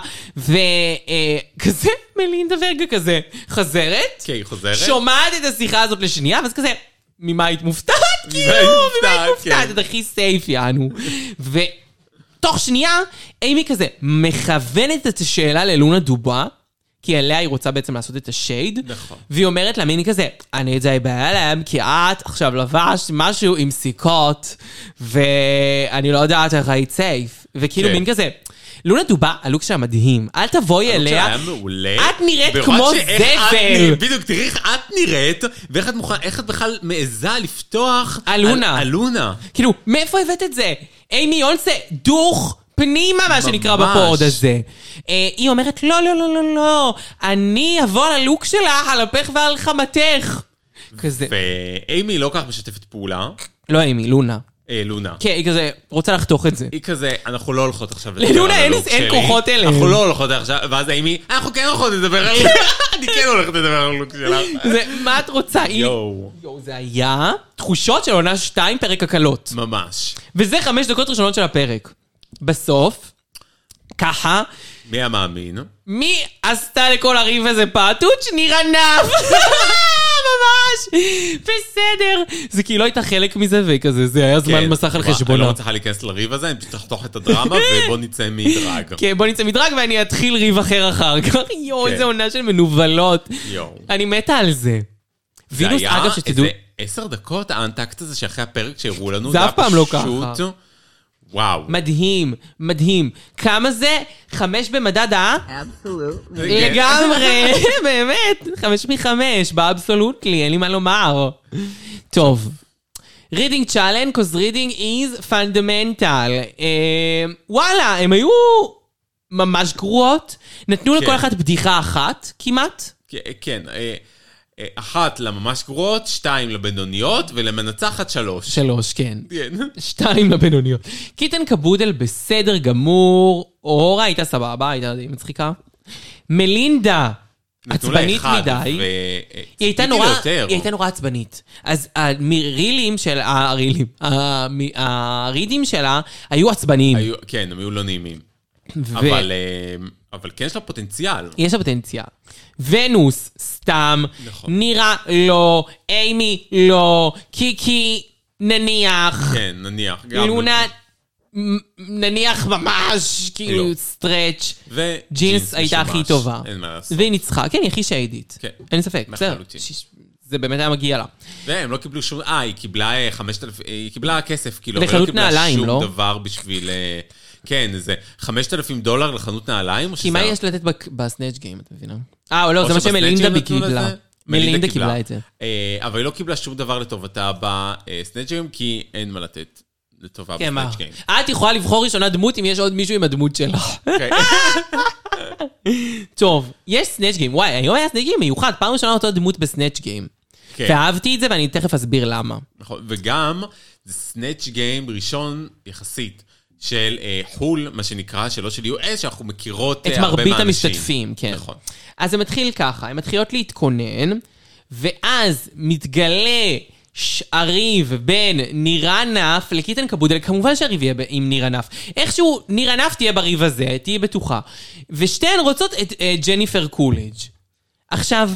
וכזה מלינדה ורגע כזה חזרת. כן, היא חוזרת. שומעת את השיחה הזאת לשנייה, ואז כזה, ממה היית מופתעת? כאילו, ממה היית מופתעת? את הכי סייף, יענו. ו... תוך שנייה, אימי כזה מכוונת את השאלה ללונה דובה, כי עליה היא רוצה בעצם לעשות את השייד, נכון. והיא אומרת לה מיני כזה, אני די בהלם, כי את עכשיו לבשת משהו עם סיכות, ואני לא יודעת איך היית סייף. וכאילו כן. מין כזה, לונה דובה, הלוק שלה מדהים, אל תבואי אליה, היה מעולה. את נראית כמו זבל. בדיוק, תראי איך את נראית, ואיך את מוכנה, איך את בכלל מעיזה לפתוח אלונה. אלונה. כאילו, מאיפה הבאת את זה? אימי יונסה, דוך פנימה, מה שנקרא ממש. בפוד הזה. אה, היא אומרת, לא, לא, לא, לא, לא, אני אבוא על הלוק שלך, על אפך ועל חמתך. כזה. ואימי לא כך משתפת פעולה. לא אימי, לונה. אה, לונה. כן, היא כזה, רוצה לחתוך את זה. היא כזה, אנחנו לא הולכות עכשיו ללונה אין כוחות אליהם. אנחנו לא הולכות עכשיו, ואז אימי, אנחנו כן הולכות לדבר על... אני כן הולכת לדבר על הלוק שלך. זה, מה את רוצה? יואו. יואו, זה היה תחושות של עונה שתיים, פרק הקלות. ממש. וזה חמש דקות ראשונות של הפרק. בסוף, ככה, מי המאמין? מי עשתה לכל הריב הזה פעטות? נירה נב! ממש! בסדר! זה כאילו לא הייתה חלק מזה וכזה, זה היה זמן מסך על חשבונה. אני לא מצליחה להיכנס לריב הזה, אני פשוט לחתוך את הדרמה ובוא נצא מדרג. כן, בוא נצא מדרג ואני אתחיל ריב אחר אחר כך. יואו, איזה עונה של מנובלות. יואו. אני מתה על זה. זה היה איזה עשר דקות, האנטקט הזה שאחרי הפרק שהראו לנו, זה אף פעם לא ככה. וואו. מדהים, מדהים. כמה זה? חמש במדד, אה? Absolutely. לגמרי, באמת. חמש מחמש, באבסולוטלי, אין לי מה לומר. טוב. reading challenge, cause reading is fundamental. וואלה, הם היו ממש גרועות. נתנו לכל אחת בדיחה אחת, כמעט. כן, אחת לממש גרועות, שתיים לבינוניות, ולמנצחת שלוש. שלוש, כן. כן. שתיים לבינוניות. קיטן קבודל בסדר גמור, אורה הייתה סבבה, הייתה די מצחיקה. מלינדה, עצבנית מדי. היא הייתה נורא, היא הייתה נורא עצבנית. אז הרילים של, הרילים, הרידים שלה היו עצבניים. כן, הם היו לא נעימים. אבל... אבל כן יש לה פוטנציאל. יש לה פוטנציאל. ונוס, סתם, נכון. נירה לא, אימי לא, קיקי נניח. כן, נניח. כאילו נניח ממש, כאילו סטרץ'. ג'ינס הייתה הכי טובה. אין מה לעשות. והיא ניצחה, כן, היא הכי שאדית. כן. אין ספק. זה באמת היה מגיע לה. והם לא קיבלו שום... אה, היא קיבלה חמשת אלפים... היא קיבלה כסף, כאילו. לחנות נעליים, לא? שום דבר בשביל... כן, זה חמשת אלפים דולר לחנות נעליים? כי מה יש לתת בסנאצ' גיים, את מבינה? אה, לא, זה מה שמלינדה קיבלה. מלינדה קיבלה את זה. אבל היא לא קיבלה שום דבר לטובתה בסנאצ' גיים, כי אין מה לתת לטובה בסנאצ' גיים. את יכולה לבחור ראשונה דמות אם יש עוד מישהו עם הדמות שלך. טוב, יש סנאצ' גיים. וואי, היום היה סנאצ' גיים מיוחד. פעם ראשונה אותו דמות בסנאצ' גיים. ואהבתי את זה ואני תכף אסביר למה. נכון, וגם זה סנאצ' גיים ראשון יחסית. של אה, חול, מה שנקרא, שלא של יו אס, שאנחנו מכירות את הרבה מרבית מהאנשים. המשתתפים, כן. נכון. אז זה מתחיל ככה, הן מתחילות להתכונן, ואז מתגלה הריב בין נירה נף לקיטן קבודל, כמובן שהריב יהיה עם נירה נף. איכשהו נירה נף תהיה בריב הזה, תהיה בטוחה. ושתיהן רוצות את uh, ג'ניפר קולג'. עכשיו,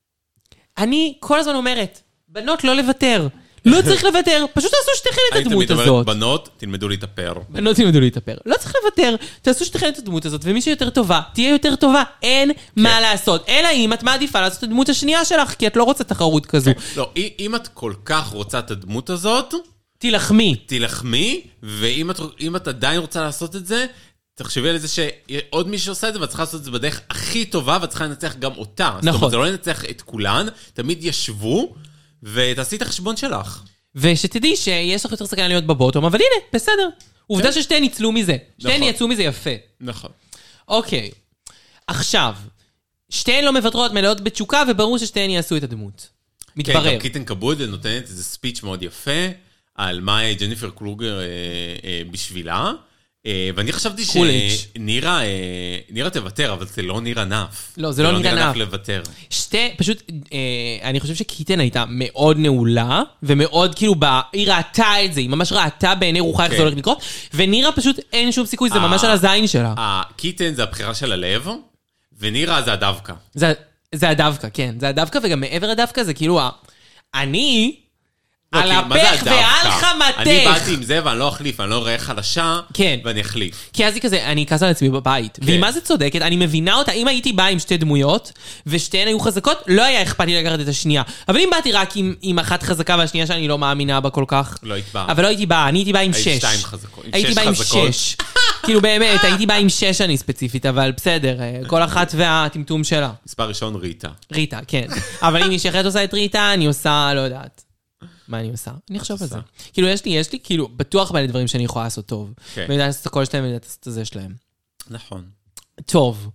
אני כל הזמן אומרת, בנות לא לוותר. לא צריך לוותר, פשוט תעשו שתיכן את הדמות הזאת. אני תמיד אומרת, בנות, תלמדו להתאפר. בנות תלמדו להתאפר. לא צריך לוותר, תעשו שתיכן את הדמות הזאת, ומי שיותר טובה, תהיה יותר טובה. אין מה לעשות. אלא אם את מעדיפה לעשות את הדמות השנייה שלך, כי את לא רוצה תחרות כזו. לא, אם את כל כך רוצה את הדמות הזאת, תלחמי. תלחמי, ואם את עדיין רוצה לעשות את זה, תחשבי על זה שעוד מי שעושה את זה, ואת צריכה לעשות את זה בדרך הכי טובה, ואת צריכה לנצח גם אותה. נכון. זאת אומרת, זה לא לנצח את כולן, תמיד ישבו, ותעשי את החשבון שלך. ושתדעי שיש לך יותר סכנה להיות בבוטום, אבל הנה, בסדר. עובדה ששתיהן ניצלו מזה. שתיהן יצאו מזה יפה. נכון. אוקיי. עכשיו, שתיהן לא מוותרות, מלאות בתשוקה, וברור ששתיהן יעשו את הדמות. מתברר. כן, גם קיטן קבודל נותנת איזה ספיץ' מאוד יפה, על מה ג'ניפר קלוגר בשבילה, ואני חשבתי שנירה נירה תוותר, אבל זה לא נירה נף. לא, זה לא נירה נף. לוותר. שתי, פשוט, אני חושב שקיטן הייתה מאוד נעולה, ומאוד כאילו, היא ראתה את זה, היא ממש ראתה בעיני רוחה איך זה הולך לקרות, ונירה פשוט אין שום סיכוי, זה ממש על הזין שלה. קיטן זה הבחירה של הלב, ונירה זה הדווקא. זה הדווקא, כן. זה הדווקא, וגם מעבר הדווקא זה כאילו, אני... על הפך ועל חמתך. אני באתי עם זה ואני לא אחליף, אני לא רואה חלשה, ואני אחליף. כי אז היא כזה, אני אכעס על עצמי בבית. והיא מה זה צודקת, אני מבינה אותה, אם הייתי באה עם שתי דמויות, ושתיהן היו חזקות, לא היה אכפת לי לקחת את השנייה. אבל אם באתי רק עם אחת חזקה והשנייה שאני לא מאמינה בה כל כך. לא היית באה. אבל לא הייתי באה, אני הייתי באה עם שש. היית שתיים חזקות. הייתי באה עם שש. כאילו באמת, הייתי באה עם שש אני ספציפית, אבל בסדר, כל אחת והטמטום שלה. מספר ראשון, ריטה. ריטה, כן. אבל אם מישהי אחרת עושה את ריטה, אני עושה, לא יודעת. מה אני עושה? אני אחשוב על זה. כאילו, יש לי, יש לי, כאילו, בטוח בין דברים שאני יכולה לעשות טוב. ואני יודעת לעשות את הקול שלהם, ואני יודעת לעשות את זה שלהם. נכון. טוב.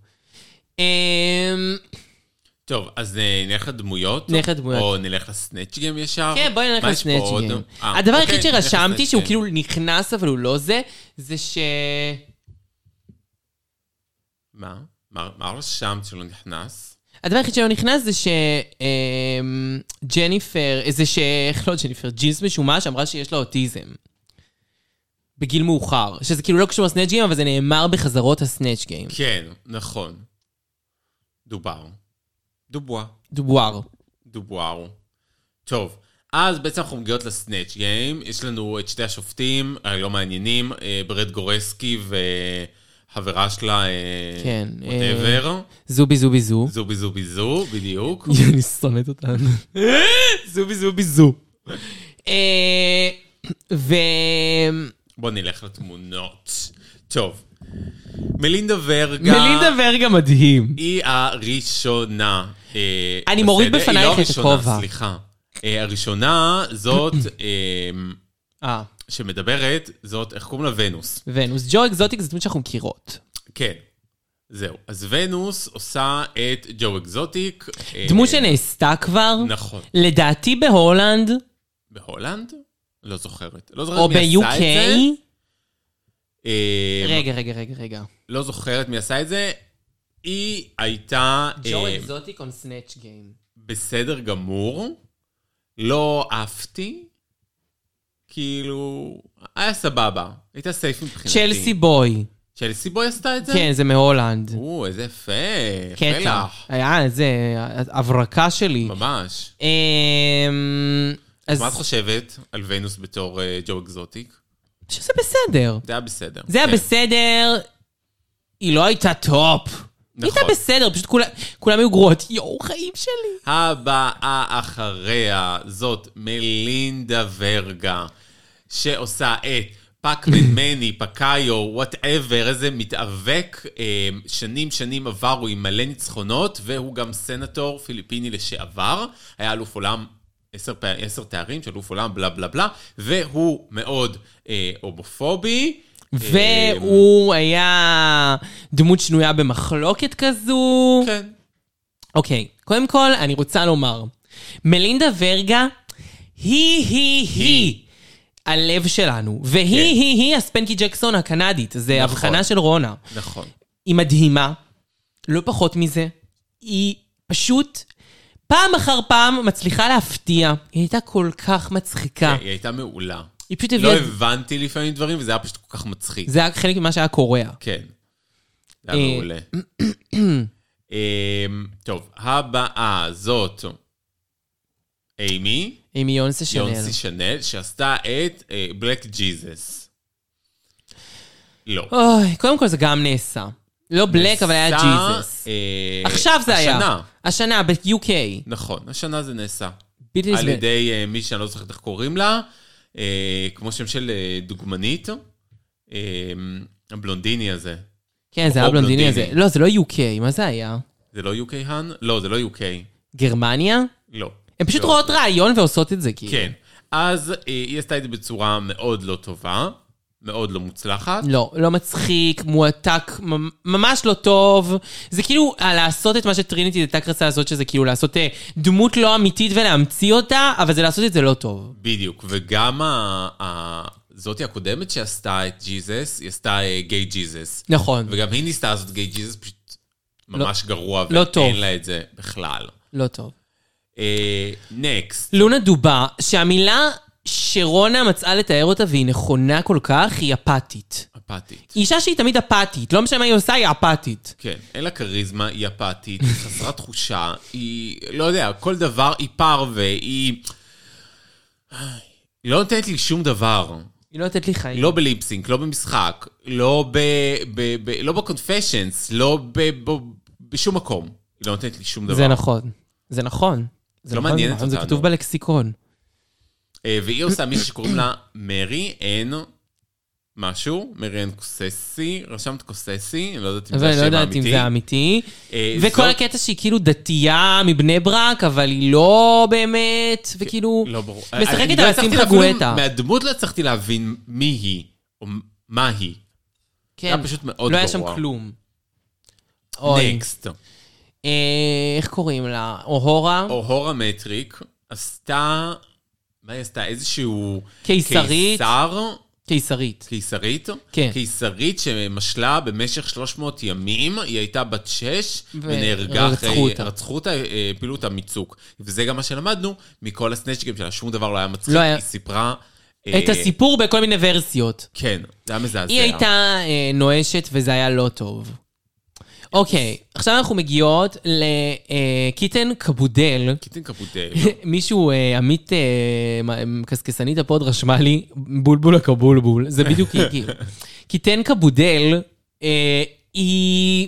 טוב, אז נלך לדמויות? נלך לדמויות. או נלך לסנאצ' גיים ישר? כן, בואי נלך לסנאצ' גיים. הדבר היחיד שרשמתי, שהוא כאילו נכנס, אבל הוא לא זה, זה ש... מה? מה רשמת שלא נכנס? הדבר היחיד שלא נכנס זה שג'ניפר, זה ש... איך לא ג'ניפר? ג'ינס משומש אמרה שיש לה אוטיזם. בגיל מאוחר. שזה כאילו לא קשור לסנאצ' גיים, אבל זה נאמר בחזרות הסנאצ' גיים. כן, נכון. דובר. דובואה. דובואר. דובואר. טוב, אז בעצם אנחנו מגיעות לסנאצ' גיים. יש לנו את שתי השופטים, לא מעניינים, ברד גורסקי ו... חברה שלה, כן, whatever. זובי זובי זו. זובי זובי זו, בדיוק. אני שונאת אותנו. זובי זובי זו. ו... בוא נלך לתמונות. טוב. מלינדה ורגה. מלינדה ורגה מדהים. היא הראשונה. אני מוריד בפנייך את הכובע. סליחה. הראשונה זאת... אה. שמדברת, זאת, איך קוראים לה? ונוס. ונוס. ג'ו אקזוטיק זה דמות שאנחנו מכירות. כן. זהו. אז ונוס עושה את ג'ו אקזוטיק. דמות שנעשתה כבר. נכון. לדעתי בהולנד. בהולנד? לא זוכרת. לא זוכרת או מי עשה את זה. ב-יו קיי. רגע, רגע, רגע, רגע. לא זוכרת מי עשה את זה. היא הייתה... ג'ו אקזוטיק on Snatch Game. בסדר גמור. לא אהבתי. כאילו, היה סבבה. הייתה סייף מבחינתי. צ'לסי בוי. צ'לסי בוי עשתה את זה? כן, זה מהולנד. או, איזה יפה. קטע. היה איזה הברקה שלי. ממש. מה את חושבת על ונוס בתור ג'ו אקזוטיק? שזה בסדר. זה היה בסדר. זה היה בסדר, היא לא הייתה טופ. היא הייתה בסדר, פשוט כולם היו גרועות. יואו, חיים שלי. הבאה אחריה זאת מלינדה ורגה, שעושה את פאקמן מני, פקאיו, וואטאבר, איזה מתאבק, שנים שנים עברו עם מלא ניצחונות, והוא גם סנטור פיליפיני לשעבר, היה אלוף עולם עשר, עשר תארים של אלוף עולם, בלה בלה בלה, והוא מאוד אה, הומופובי. והוא היה דמות שנויה במחלוקת כזו. כן. אוקיי, קודם כל אני רוצה לומר, מלינדה ורגה, היא היא היא הלב שלנו, והיא היא היא הספנקי ג'קסון הקנדית, זה הבחנה של רונה. נכון. היא מדהימה, לא פחות מזה, היא פשוט פעם אחר פעם מצליחה להפתיע, היא הייתה כל כך מצחיקה. היא הייתה מעולה. היא פשוט לא הביאה... הבנתי לפעמים דברים, וזה היה פשוט כל כך מצחיק. זה היה חלק ממה שהיה קורע. כן. זה היה מעולה. טוב, הבאה זאת אימי. אימי יונסי שנל. יונסי שנל, שעשתה את בלק ג'יזס. לא. אוי, קודם כל זה גם נעשה. לא בלק, אבל היה ג'יזס. עכשיו זה היה. השנה. השנה, ב-יו קיי. נכון, השנה זה נעשה. על ידי מי שאני לא זוכרת איך קוראים לה, כמו שם של דוגמנית, הבלונדיני הזה. כן, זה היה הבלונדיני הזה. לא, זה לא יו קיי, מה זה היה? זה לא יו קיי, האן? לא, זה לא יו קיי. גרמניה? לא. הן פשוט רואות רעיון ועושות את זה, כאילו. כן. אז היא עשתה את זה בצורה מאוד לא טובה, מאוד לא מוצלחת. לא, לא מצחיק, מועתק, ממש לא טוב. זה כאילו לעשות את מה שטריניטי דטק רצה לעשות, שזה כאילו לעשות דמות לא אמיתית ולהמציא אותה, אבל זה לעשות את זה לא טוב. בדיוק, וגם זאתי הקודמת שעשתה את ג'יזס, היא עשתה גיי ג'יזס. נכון. וגם היא ניסתה לעשות גיי ג'יזס, פשוט ממש גרוע, לא טוב. ואין לה את זה בכלל. לא טוב. נקסט. לונה דובה, שהמילה שרונה מצאה לתאר אותה והיא נכונה כל כך, היא אפתית. אפתית. אישה שהיא תמיד אפתית, לא משנה מה היא עושה, היא אפתית. כן, אין לה קריזמה, היא אפתית, היא חסרת תחושה, היא, לא יודע, כל דבר היא פרווה, היא... היא לא נותנת לי שום דבר. היא לא נותנת לי חיים. לא בליפסינק, לא במשחק, לא ב... ב, ב לא בקונפשנס, לא ב, ב, בשום מקום. היא לא נותנת לי שום דבר. זה נכון. זה נכון. זה לא נכון, מעניינת נכון, אותנו. זה כתוב בלקסיקון. והיא עושה מישהו שקוראים לה מרי אן משהו, מרי אן קוססי, רשמת קוססי, אני לא יודעת אם זה השם האמיתי. אבל אני לא יודעת אם זה האמיתי. וכל הקטע שהיא כאילו דתייה מבני ברק, אבל היא לא באמת, וכאילו... לא ברור. משחקת על שמחה גואטה. מהדמות לא הצלחתי להבין מי היא, או מה היא. זה היה פשוט מאוד גרוע. לא היה שם כלום. נקסט. איך קוראים לה? אוהורה? אוהורה מטריק עשתה... מה היא עשתה? איזשהו... קיסרית? קיסר? קיסרית. קיסרית? כן. קיסרית שמשלה במשך שלוש מאות ימים, היא הייתה בת שש, ונהרגה אחרי... רצחו אותה, הפילו אותה מצוק. וזה גם מה שלמדנו, מכל הסנצ'קים שלה, שום דבר לא היה מצחיק, לא היה... היא סיפרה... את הסיפור בכל מיני ורסיות. כן, זה היה מזעזע. היא הייתה נואשת וזה היה לא טוב. אוקיי, עכשיו אנחנו מגיעות לקיטן קבודל. קיטן קבודל. מישהו, עמית קסקסנית הפוד רשמה לי, בולבול הקבולבול. זה בדיוק היא. קיטן קבודל, היא...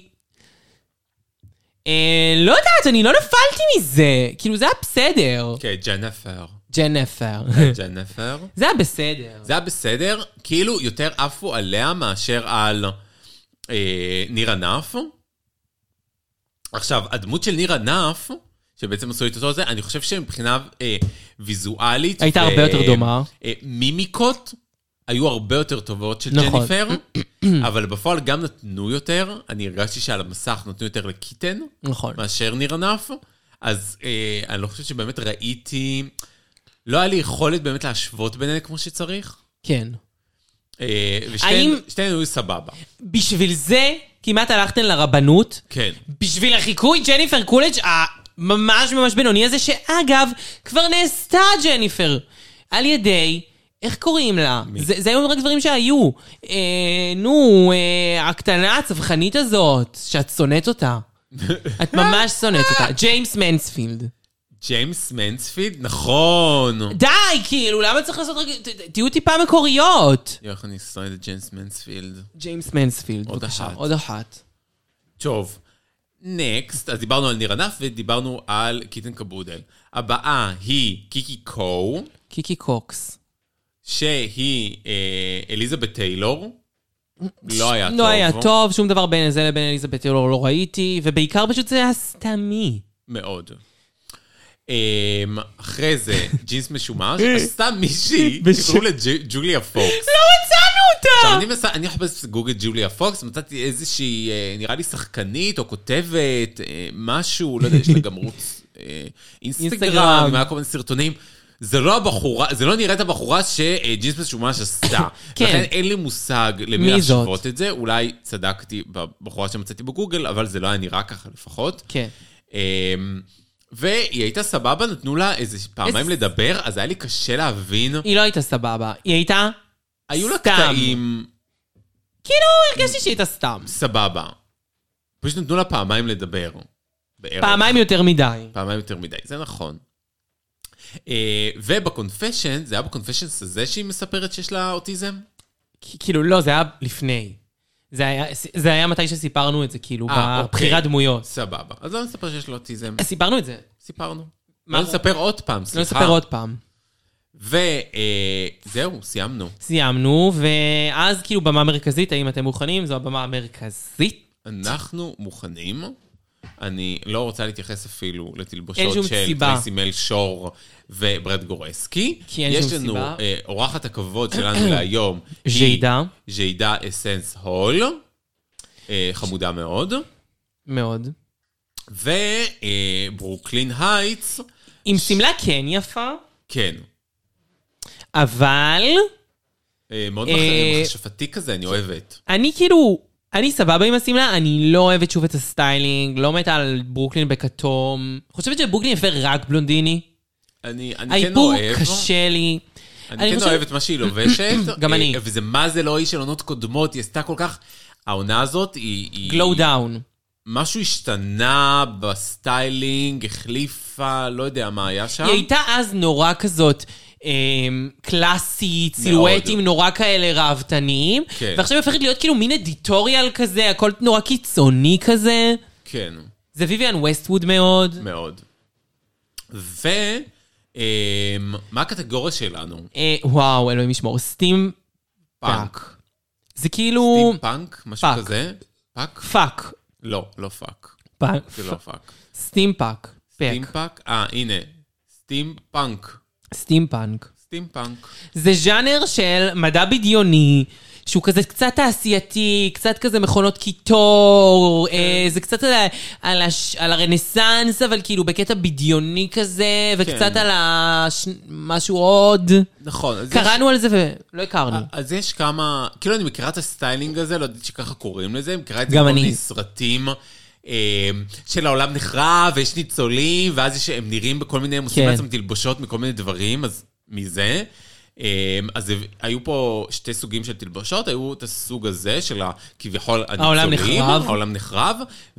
לא יודעת, אני לא נפלתי מזה. כאילו, זה היה בסדר. כן, ג'נפר. ג'נפר. ג'נפר. זה היה בסדר. זה היה בסדר, כאילו יותר עפו עליה מאשר על נירה נף. עכשיו, הדמות של נירה נף, שבעצם עשו את אותו זה, אני חושב שמבחינה אה, ויזואלית... הייתה ו... הרבה יותר דומה. אה, מימיקות היו הרבה יותר טובות של נכון. ג'ניפר, אבל בפועל גם נתנו יותר, אני הרגשתי שעל המסך נתנו יותר לקיטן, נכון. מאשר נירה נף, אז אה, אני לא חושב שבאמת ראיתי... לא היה לי יכולת באמת להשוות ביניהם כמו שצריך. כן. אה, ושתיהן האם... היו סבבה. בשביל זה... כמעט הלכתן לרבנות. כן. בשביל החיקוי ג'ניפר קולג' הממש ממש בינוני הזה, שאגב, כבר נעשתה ג'ניפר. על ידי, איך קוראים לה? זה, זה היו רק דברים שהיו. אה, נו, אה, הקטנה הצווחנית הזאת, שאת שונאת אותה. את ממש שונאת אותה. ג'יימס מנספילד. ג'יימס מנספילד? נכון. די, כאילו, למה צריך לעשות... תהיו טיפה מקוריות. איך אני אסתרד את ג'יימס מנספילד? ג'יימס מנספילד, עוד בבקשה, אחת. עוד אחת. טוב. נקסט, אז דיברנו על ניר ענף ודיברנו על קיטן קבודל. הבאה היא קיקי קו. קיקי קוקס. שהיא אה, אליזבת טיילור. לא היה טוב. לא היה טוב, שום דבר בין זה לבין אליזבת טיילור לא ראיתי, ובעיקר פשוט זה היה סתמי. מאוד. אחרי זה, ג'ינס משומש, עשתה מישהי, שקראו לג'וליה פוקס. לא מצאנו אותה! עכשיו, אני מחפש בגוגל ג'וליה פוקס, מצאתי איזושהי, נראה לי שחקנית או כותבת, משהו, לא יודע, יש לה גם רוץ אינסטגרם, עם היה כל מיני סרטונים. זה לא הבחורה, זה לא נראית הבחורה שג'ינס משומש עשתה. כן. לכן אין לי מושג למי להשוות את זה, אולי צדקתי בבחורה שמצאתי בגוגל, אבל זה לא היה נראה ככה לפחות. כן. והיא הייתה סבבה, נתנו לה איזה פעמיים לדבר, אז היה לי קשה להבין. היא לא הייתה סבבה, היא הייתה סתם. היו לה קטעים... כאילו, הרגשתי שהיא הייתה סתם. סבבה. פשוט נתנו לה פעמיים לדבר. פעמיים יותר מדי. פעמיים יותר מדי, זה נכון. ובקונפשן, זה היה בקונפשנס הזה שהיא מספרת שיש לה אוטיזם? כאילו, לא, זה היה לפני. זה היה, זה היה מתי שסיפרנו את זה, כאילו, בבחירת דמויות. סבבה. אז לא נספר שיש לו אוטיזם. סיפרנו את זה. סיפרנו. לא נספר עוד פעם, סליחה. לא נספר עוד פעם. וזהו, סיימנו. סיימנו, ואז כאילו במה מרכזית, האם אתם מוכנים? זו הבמה המרכזית. אנחנו מוכנים. אני לא רוצה להתייחס אפילו לתלבושות של טרייסי מל שור וברד גורסקי. כי אין שום סיבה. יש לנו אורחת הכבוד שלנו להיום. ז'יידה. ז'יידה אסנס הול. חמודה מאוד. מאוד. וברוקלין הייטס. עם סמלה כן יפה. כן. אבל... מאוד מחשפתי כזה, אני אוהבת. אני כאילו... אני סבבה עם הסמלה, אני לא אוהבת שוב את הסטיילינג, לא מתה על ברוקלין בכתום. חושבת שברוקלין יפה רק בלונדיני. אני כן אוהב. האיפור קשה לי. אני כן אוהב את מה שהיא לובשת. גם אני. וזה מה זה לא היא של עונות קודמות, היא עשתה כל כך... העונה הזאת היא... גלו דאון. משהו השתנה בסטיילינג, החליפה, לא יודע מה היה שם. היא הייתה אז נורא כזאת... קלאסית, סילואטים נורא כאלה רעבתניים, ועכשיו הופכת להיות כאילו מין אדיטוריאל כזה, הכל נורא קיצוני כזה. כן. זה ויויאן ווסטווד מאוד. מאוד. ומה הקטגוריה שלנו? וואו, אלוהים ישמור, סטים פאנק. זה כאילו... סטים פאנק? משהו כזה? פאק? פאק. לא, לא פאק. פאק. זה לא פאק. סטים פאק. סטים פאק? אה, הנה. סטים פאנק. סטימפאנק. סטימפאנק. זה ז'אנר של מדע בדיוני, שהוא כזה קצת תעשייתי, קצת כזה מכונות קיטור, זה קצת על, על, הש, על הרנסנס, אבל כאילו בקטע בדיוני כזה, וקצת על הש, משהו עוד. נכון. קראנו על זה ולא הכרנו. אז יש כמה, כאילו אני מכירה את הסטיילינג הזה, לא יודעת שככה קוראים לזה, מכירה את זה גם כל אני. מיני סרטים. של העולם נחרב, ויש ניצולים, ואז הם נראים בכל מיני, הם עושים בעצם תלבושות מכל מיני דברים, אז מזה. אז היו פה שתי סוגים של תלבושות, היו את הסוג הזה של כביכול הניצולים, העולם נחרב,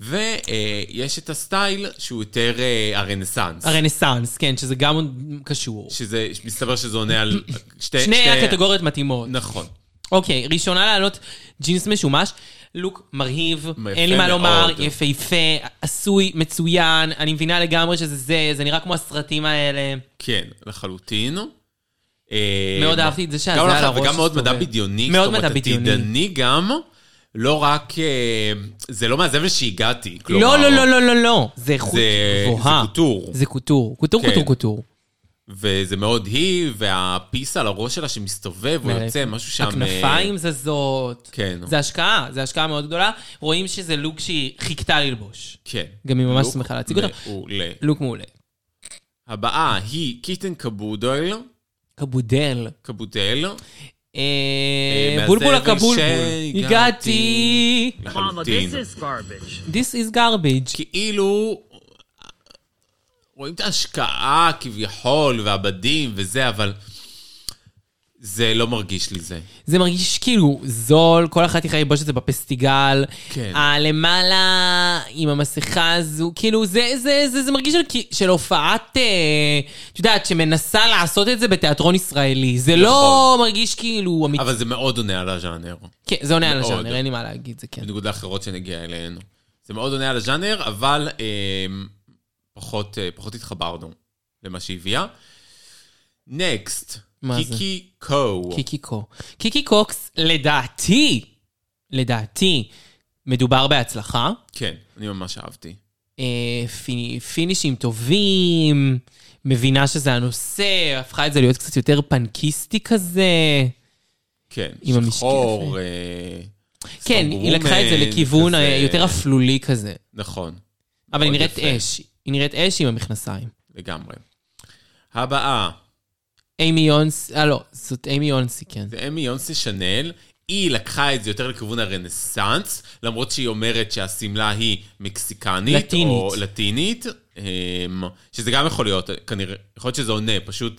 ויש את הסטייל שהוא יותר הרנסנס. הרנסנס, כן, שזה גם קשור. שזה, מסתבר שזה עונה על שתי... שני הקטגוריות מתאימות. נכון. אוקיי, ראשונה לעלות ג'ינס משומש, לוק מרהיב, אין לי מה לומר, יפהפה, עשוי, מצוין, אני מבינה לגמרי שזה זה, זה נראה כמו הסרטים האלה. כן, לחלוטין. מאוד אהבתי את זה שזה על הראש. וגם מאוד מדע בדיוני. מאוד מדע בדיוני. עתידני גם, לא רק, זה לא מהזבל שהגעתי. לא, לא, לא, לא, לא, לא. זה איכות גבוהה. זה קוטור. זה קוטור, קוטור, קוטור, קוטור. וזה מאוד היא, והפיס על הראש שלה שמסתובב, הוא יוצא, משהו שם... הכנפיים זה זאת. כן. זה השקעה, זה השקעה מאוד גדולה. רואים שזה לוק שהיא חיכתה ללבוש. כן. גם היא ממש שמחה להציג אותה. מעולה. לוק מעולה. הבאה היא קיטן קבודל. קבודל. קבודל. בולבול הקבולבול. הגעתי. לחלוטין. This is garbage. כאילו... רואים את ההשקעה כביכול, והבדים וזה, אבל זה לא מרגיש לי זה. זה מרגיש כאילו זול, כל אחת יכולה לבוש את זה בפסטיגל. כן. הלמעלה עם המסכה הזו, כאילו זה, זה, זה, זה מרגיש של, של הופעת, אה, את יודעת, שמנסה לעשות את זה בתיאטרון ישראלי. זה נכון. לא מרגיש כאילו אמיתי. אבל זה מאוד עונה על הז'אנר. כן, זה עונה על הז'אנר, אין לי מה להגיד, זה כן. בניגוד לאחרות שנגיע אלינו. זה מאוד עונה על הז'אנר, אבל אה, פחות, אה, פחות התחברנו למה שהביאה. נקסט. קיקי קו. קיקי קו. קיקי קוקס, לדעתי, לדעתי, מדובר בהצלחה. כן, אני ממש אהבתי. אה, פיני, פינישים טובים, מבינה שזה הנושא, הפכה את זה להיות קצת יותר פנקיסטי כזה. כן, עם שחור. אה, כן, היא לקחה את זה לכיוון כזה... יותר אפלולי כזה. נכון. אבל היא נראית יפה. אש. היא נראית אש עם המכנסיים. לגמרי. הבאה. אימי יונסי, אה לא, זאת אימי יונסי, כן. זה אימי יונסי שנל, היא לקחה את זה יותר לכיוון הרנסנס, למרות שהיא אומרת שהסמלה היא מקסיקנית, לטינית. או לטינית, שזה גם יכול להיות, כנראה, יכול להיות שזה עונה, פשוט...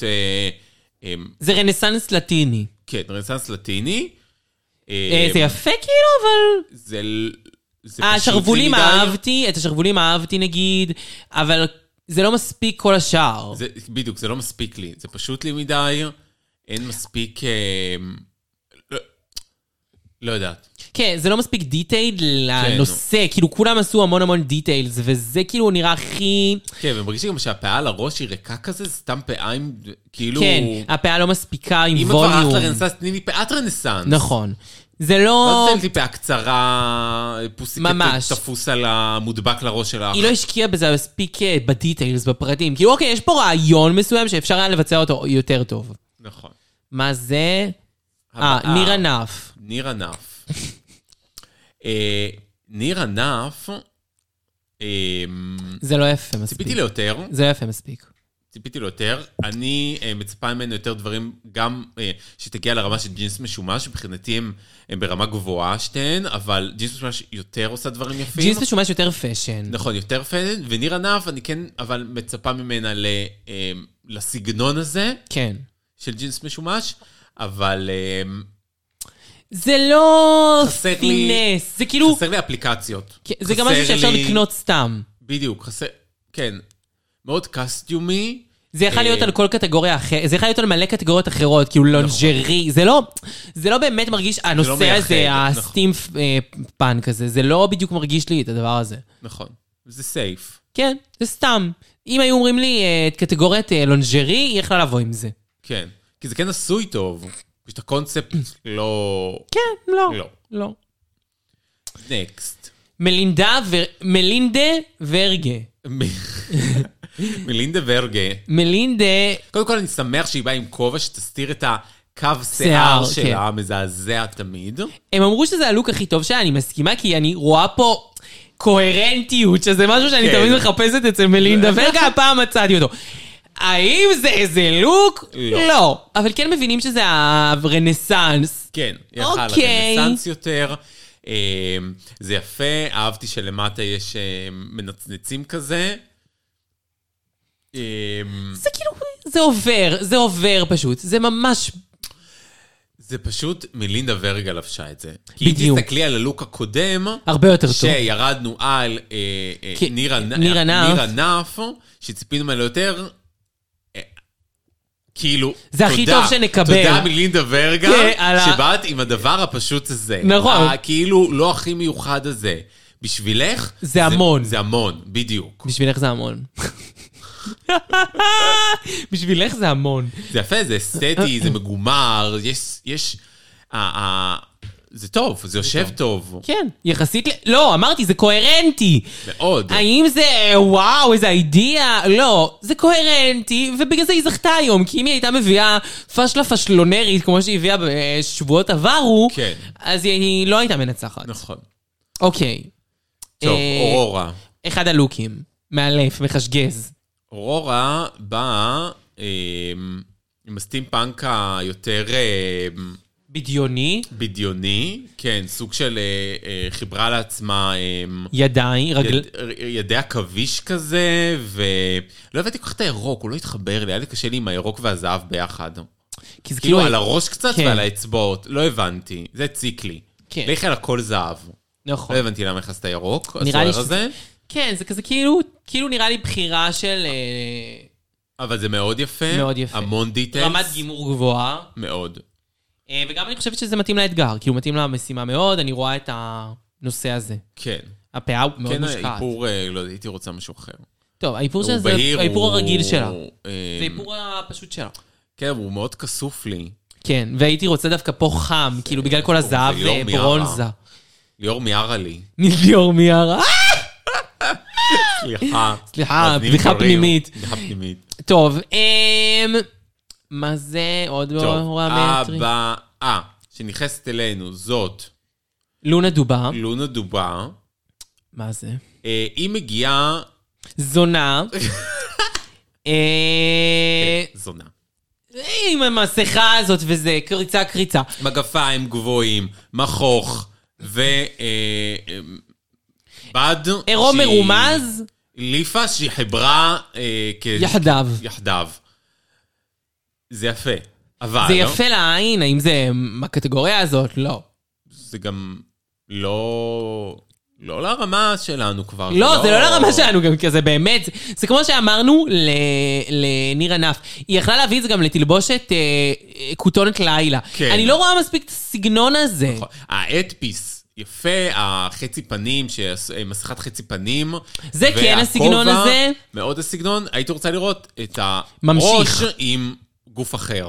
זה רנסנס לטיני. כן, רנסנס לטיני. זה יפה כאילו, אבל... זה, זה אה, השרבולים אהבתי, את השרבולים אהבתי נגיד, אבל... זה לא מספיק כל השאר. זה, בדיוק, זה לא מספיק לי. זה פשוט לי מדי, אין מספיק... אה, לא, לא יודעת. כן, זה לא מספיק דיטייל לנושא, כן, כאילו כולם עשו המון המון דיטיילס, וזה כאילו נראה הכי... כן, ומרגיש גם שהפאה על הראש היא ריקה כזה, זה סתם פאה עם כאילו... כן, הפאה לא מספיקה עם ווליום. אם את כבר אחלה רנסנס, תני לי פאת רנסנס. נכון. זה לא... אז תן לי פאה קצרה, פוסיקת תפוס על המודבק לראש שלך. היא לא השקיעה בזה מספיק בדיטיילס, בפרטים. כאילו, אוקיי, יש פה רעיון מסוים שאפשר היה לבצע אותו יותר טוב. נכון. מה זה? אה, ניר ענף. ניר ענף. ניר ענף... זה לא יפה מספיק. ציפיתי ליותר. זה יפה מספיק. ציפיתי לו יותר, אני uh, מצפה ממנו יותר דברים, גם uh, שתגיע לרמה של ג'ינס משומש, מבחינתי הם, הם ברמה גבוהה שתיהן, אבל ג'ינס משומש יותר עושה דברים יפים. ג'ינס משומש יותר פשן. נכון, יותר פשן, וניר ענף, אני כן, אבל מצפה ממנה ל, uh, לסגנון הזה, כן. של ג'ינס משומש, אבל... Uh, זה לא פינס, לי, זה כאילו... חסר לי אפליקציות. כן, זה גם משהו שאפשר לי... לקנות סתם. בדיוק, חסר, כן. מאוד קסטיומי. זה יכול להיות על כל קטגוריה אחרת, זה יכול להיות על מלא קטגוריות אחרות, כאילו לונג'רי, זה לא, זה לא באמת מרגיש, הנושא הזה, הסטים פאנק הזה, זה לא בדיוק מרגיש לי את הדבר הזה. נכון, זה סייף. כן, זה סתם. אם היו אומרים לי את קטגוריית לונג'רי, היא יכלה לבוא עם זה. כן, כי זה כן עשוי טוב, פשוט הקונספט לא... כן, לא. לא. לא. נקסט. מלינדה ו... מלינדה ורגה. מלינדה ורגה. מלינדה... קודם כל אני שמח שהיא באה עם כובע שתסתיר את הקו שיער שלה, מזעזע תמיד. הם אמרו שזה הלוק הכי טוב שלה, אני מסכימה, כי אני רואה פה קוהרנטיות, שזה משהו שאני תמיד מחפשת אצל מלינדה ורגה, הפעם מצאתי אותו. האם זה איזה לוק? לא. אבל כן מבינים שזה הרנסנס. כן, יחל הרנסנס יותר. זה יפה, אהבתי שלמטה יש מנצנצים כזה. זה כאילו, זה עובר, זה עובר פשוט, זה ממש... זה פשוט מלינדה ורגה לבשה את זה. כי אם תסתכלי על הלוק הקודם, הרבה יותר טוב. שירדנו על ניר ענף, שציפינו ממנו יותר... כאילו, זה הכי טוב שנקבל. תודה מלינדה ורגה, שבאת עם הדבר הפשוט הזה. נכון. כאילו, לא הכי מיוחד הזה. בשבילך... זה המון. זה המון, בדיוק. בשבילך זה המון. בשבילך זה המון. זה יפה, זה אסתטי, זה מגומר, יש... יש זה טוב, זה יושב טוב. כן, יחסית... לא, אמרתי, זה קוהרנטי. מאוד. האם זה, וואו, איזה אידיאה? לא, זה קוהרנטי, ובגלל זה היא זכתה היום, כי אם היא הייתה מביאה פשלה פשלונרית, כמו שהיא הביאה בשבועות עברו, כן. אז היא לא הייתה מנצחת. נכון. אוקיי. טוב, אורורה. אחד הלוקים, מאלף, מחשגז. אורורה באה עם הסטימפאנק היותר... בדיוני. בדיוני, כן, סוג של אה, חיברה לעצמה... אה, ידיים, רגל... יד, ידי הכביש כזה, ולא הבאתי כל כך את הירוק, הוא לא התחבר לי, היה לי קשה לי עם הירוק והזהב ביחד. כי זה כאילו כאילו... על הראש קצת כן. ועל האצבעות. לא הבנתי. זה הציק לי. כן. לכי על הכל זהב. נכון. לא הבנתי למה נכנסת ירוק, נראה לי הסוער הזה. כן, זה כזה כאילו, כאילו נראה לי בחירה של אה, אבל זה מאוד יפה. מאוד יפה. המון דיטלס. רמת גימור גבוהה. מאוד. אה, וגם אני חושבת שזה מתאים לאתגר, כאילו מתאים למשימה מאוד, אני רואה את הנושא הזה. כן. הפאה הוא מאוד כן, מושקעת. האיפור, אה, לא יודע, הייתי רוצה משהו אחר. טוב, האיפור הוא שלה זה בהיר, האיפור הוא- הרגיל שלה. אה, זה האיפור הפשוט שלה. כן, הוא מאוד כסוף לי. כן, והייתי רוצה דווקא פה חם, כאילו בגלל כל הזהב ליאור וברונזה. מיארה. ליאור מיארה לי. ליאור מיארה. סליחה. סליחה, מאזינים בדיחה יקרים. פנימית. בדיחה פנימית. טוב, אמ... מה זה? עוד טוב, הוראה מטרי? הבאה שנכנסת אלינו זאת לונה דובה. לונה דובה. מה זה? אה, היא מגיעה... זונה. אה, זונה. עם המסכה הזאת וזה, קריצה קריצה. מגפיים גבוהים, מכוך, ו... אה, אה, בד... עירום שהיא- מרומז, ליפה שהיא חברה... אה, כ- יחדיו. יחדיו. זה יפה. אבל... זה לא? יפה לעין, האם זה מהקטגוריה הזאת? לא. זה גם לא... לא לרמה שלנו כבר. לא, זה לא לרמה שלנו גם, כי זה באמת, זה כמו שאמרנו ל- לניר ענף, היא יכלה להביא את זה גם לתלבושת אה, אה, כותונת לילה. כן. אני לא רואה מספיק את הסגנון הזה. האדפיס, יפה, החצי פנים, מסכת חצי פנים. זה כן הסגנון והכובע, הזה. מאוד הסגנון. הייתי רוצה לראות את הראש ממשיך. עם גוף אחר.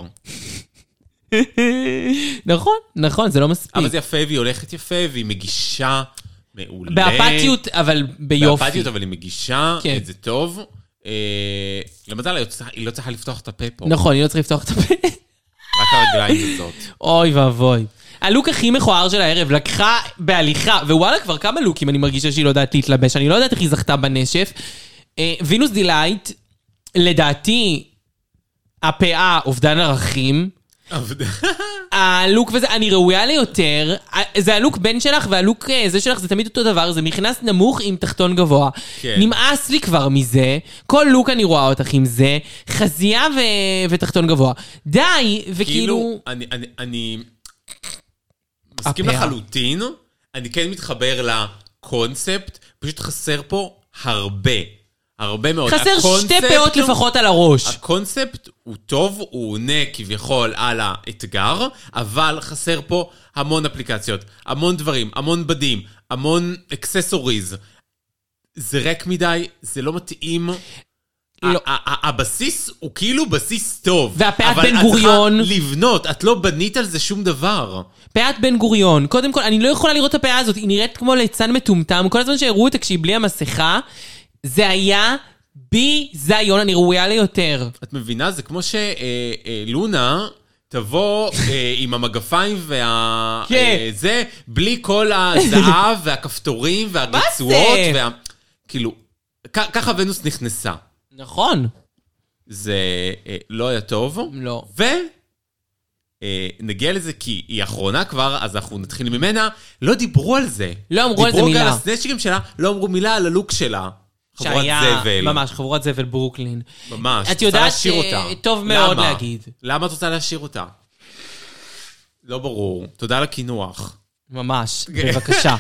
נכון, נכון, זה לא מספיק. אבל זה יפה, והיא הולכת יפה, והיא מגישה מעולה. באפתיות, אבל ביופי. באפתיות, אבל היא מגישה כן. את זה טוב. אה, למזל, היא לא צריכה לפתוח את הפה פה. נכון, אני לא צריך לפתוח את הפה. רק הרגליים הזאת. אוי ואבוי. הלוק הכי מכוער של הערב, לקחה בהליכה, ווואלה, כבר כמה לוקים אני מרגישה שהיא לא יודעת להתלבש, אני לא יודעת איך היא זכתה בנשף. אה, וינוס דילייט, לדעתי, הפאה, אובדן ערכים, הלוק וזה, אני ראויה ליותר, זה הלוק בן שלך והלוק זה שלך, זה תמיד אותו דבר, זה מכנס נמוך עם תחתון גבוה. כן. נמאס לי כבר מזה, כל לוק אני רואה אותך עם זה, חזייה ו... ותחתון גבוה. די, וכאילו... כאילו, אני, אני, אני מסכים הפאה. לחלוטין, אני כן מתחבר לקונספט, פשוט חסר פה הרבה, הרבה מאוד. חסר שתי הקונספט- פאות לפחות על הראש. הקונספט הוא טוב, הוא עונה כביכול על האתגר, אבל חסר פה המון אפליקציות, המון דברים, המון בדים, המון אקססוריז. זה ריק מדי, זה לא מתאים. לא. ה- ה- ה- הבסיס הוא כאילו בסיס טוב. והפאת אבל בן את גוריון- צריכה לבנות, את לא בנית על זה שום דבר. פאת בן גוריון, קודם כל, אני לא יכולה לראות את הפאה הזאת, היא נראית כמו ליצן מטומטם, כל הזמן שהראו אותה כשהיא בלי המסכה, זה היה ביזיון, אני ראויה ליותר. את מבינה? זה כמו שלונה תבוא אה, עם המגפיים וה... כן. אה, זה, בלי כל הזהב והכפתורים והרצועות. זה? וה... כאילו, כ- ככה ונוס נכנסה. נכון. זה אה, לא היה טוב. לא. ו... אה, נגיע לזה כי היא אחרונה כבר, אז אנחנו נתחיל ממנה. לא דיברו על זה. לא אמרו על זה דיברו מילה. גם על הסנצ'יקים שלה, לא אמרו מילה על הלוק שלה. חבורת שהיה, זבל. ממש, חבורת זבל ברוקלין. ממש. את רוצה יודעת להשאיר ש- אותה. טוב מאוד למה? להגיד. למה את רוצה להשאיר אותה? לא ברור. תודה לקינוח. ממש, בבקשה.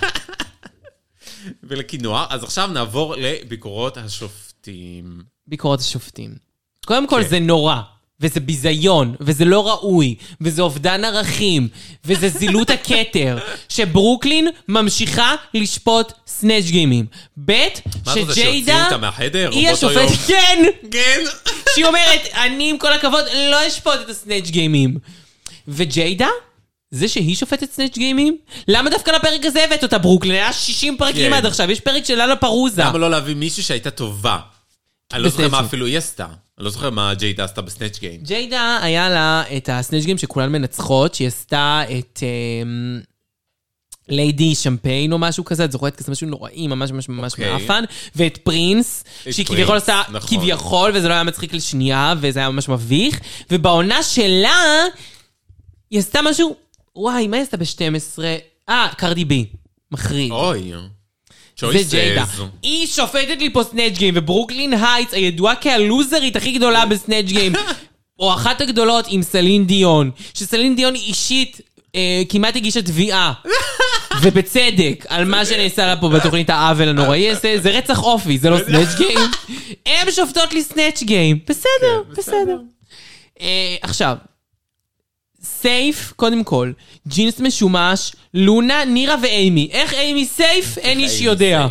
ולקינוח. אז עכשיו נעבור לביקורות השופטים. ביקורת השופטים. קודם כל כן. זה נורא, וזה ביזיון, וזה לא ראוי, וזה אובדן ערכים, וזה זילות הכתר, שברוקלין ממשיכה לשפוט סנאצ' גיימים. ב' מה אתה רוצה, שיוציאו שג'יידה, אותה מהחדר? היא באותו השופט, יום? כן! כן. שהיא אומרת, אני עם כל הכבוד לא אשפוט את הסנאצ' גיימים. וג'יידה? זה שהיא שופטת סנאצ' גיימים? למה דווקא לפרק הזה הבאת אותה ברוקלין? היה שישים פרקים כן. עד עכשיו, יש פרק של לאלה פרוזה. למה לא להביא מישהו שהייתה טובה? אני לא זוכר בסנאצ' מה גיים. אפילו היא עשתה. אני לא זוכר מה ג'יידה עשתה בסנאצ' גיים. ג'יידה היה לה את הסנאצ' גיים שכולן מנצחות, שהיא עשתה את אמ, ליידי שמפיין או משהו כזה, את זוכרת כזה משהו נוראי, ממש ממש ממש אוקיי. מאפן, ואת פרינס, את שהיא פרינס, כביכול עשתה נכון. כביכול, וזה לא היה מצחיק לשנייה, וזה היה ממש מביך, ובעונה שלה, היא עשתה משהו, וואי, מה היא עשתה ב-שתים עשרה? אה, קרדי בי, מחריד. אוי. זה ג'יידה. היא שופטת לי פה סנאצ' גיים, וברוקלין הייטס, הידועה כהלוזרית הכי גדולה בסנאצ' גיים, או אחת הגדולות עם סלין דיון, שסלין דיון אישית אה, כמעט הגישה תביעה, ובצדק, על מה שנעשה לה פה בתוכנית העוול הנוראי הזה, זה רצח אופי, זה לא סנאצ' גיים. הם שופטות לי סנאצ' גיים. בסדר, בסדר. אה, עכשיו, סייף, קודם כל, ג'ינס משומש, לונה, נירה ואימי. איך אימי סייף? אין איש יודע.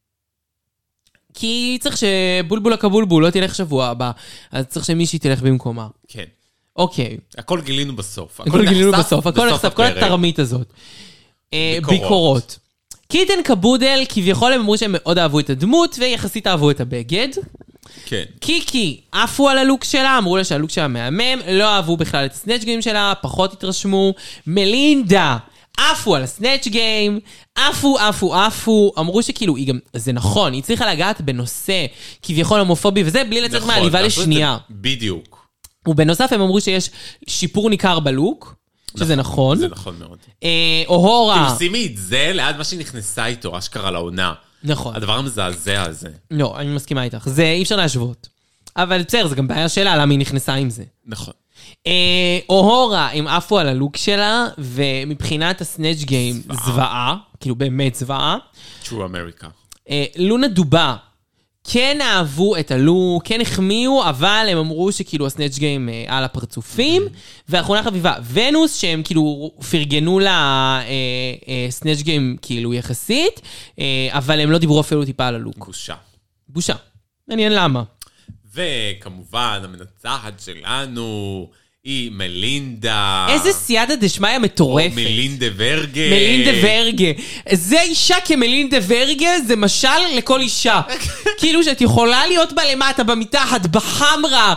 כי צריך שבולבול הקבולבול לא תלך שבוע הבא, אז צריך שמישהי תלך במקומה. כן. אוקיי. הכל גילינו בסוף. הכל גילינו בסוף, הכל נחשף, כל התרמית הזאת. ביקורות. קיטן קבודל, כביכול הם אמרו שהם מאוד אהבו את הדמות, ויחסית אהבו את הבגד. כן. קיקי, עפו על הלוק שלה, אמרו לה שהלוק שלה מהמם, לא אהבו בכלל את הסנאצ' גיים שלה, פחות התרשמו. מלינדה, עפו על הסנאצ' גיים, עפו, עפו, עפו, אמרו שכאילו, היא גם, זה נכון, היא צריכה לגעת בנושא כביכול הומופובי וזה, בלי לצאת נכון, מעליבה לשנייה. בדיוק. ובנוסף הם אמרו שיש שיפור ניכר בלוק, שזה נכון. זה נכון מאוד. אה, אוהורה. כאילו שימי את זה ליד מה שהיא נכנסה איתו, אשכרה לעונה. נכון. הדבר המזעזע הזה. לא, אני מסכימה איתך. זה אי אפשר להשוות. אבל בסדר, זה גם בעיה שלה, למה היא נכנסה עם זה. נכון. אה, אוהורה, הם עפו על הלוק שלה, ומבחינת הסנאצ' גיים, זוועה, כאילו באמת זוועה. True America. אה, לונה דובה, כן אהבו את הלוק, כן החמיאו, אבל הם אמרו שכאילו הסנאצ' גיים אה, על הפרצופים, ואחרונה חביבה, ונוס, שהם כאילו פרגנו לה אה, אה, סנאצ' גיים כאילו יחסית, אה, אבל הם לא דיברו אפילו טיפה על הלוק. בושה. בושה. מעניין למה. וכמובן, המנצחת שלנו היא מלינדה. איזה סייעתא דשמיא מטורפת. או מלינדה ורגה. מלינדה ורגה. זה אישה כמלינדה ורגה, זה משל לכל אישה. כאילו שאת יכולה להיות בה למטה, במתחת, בחמרה,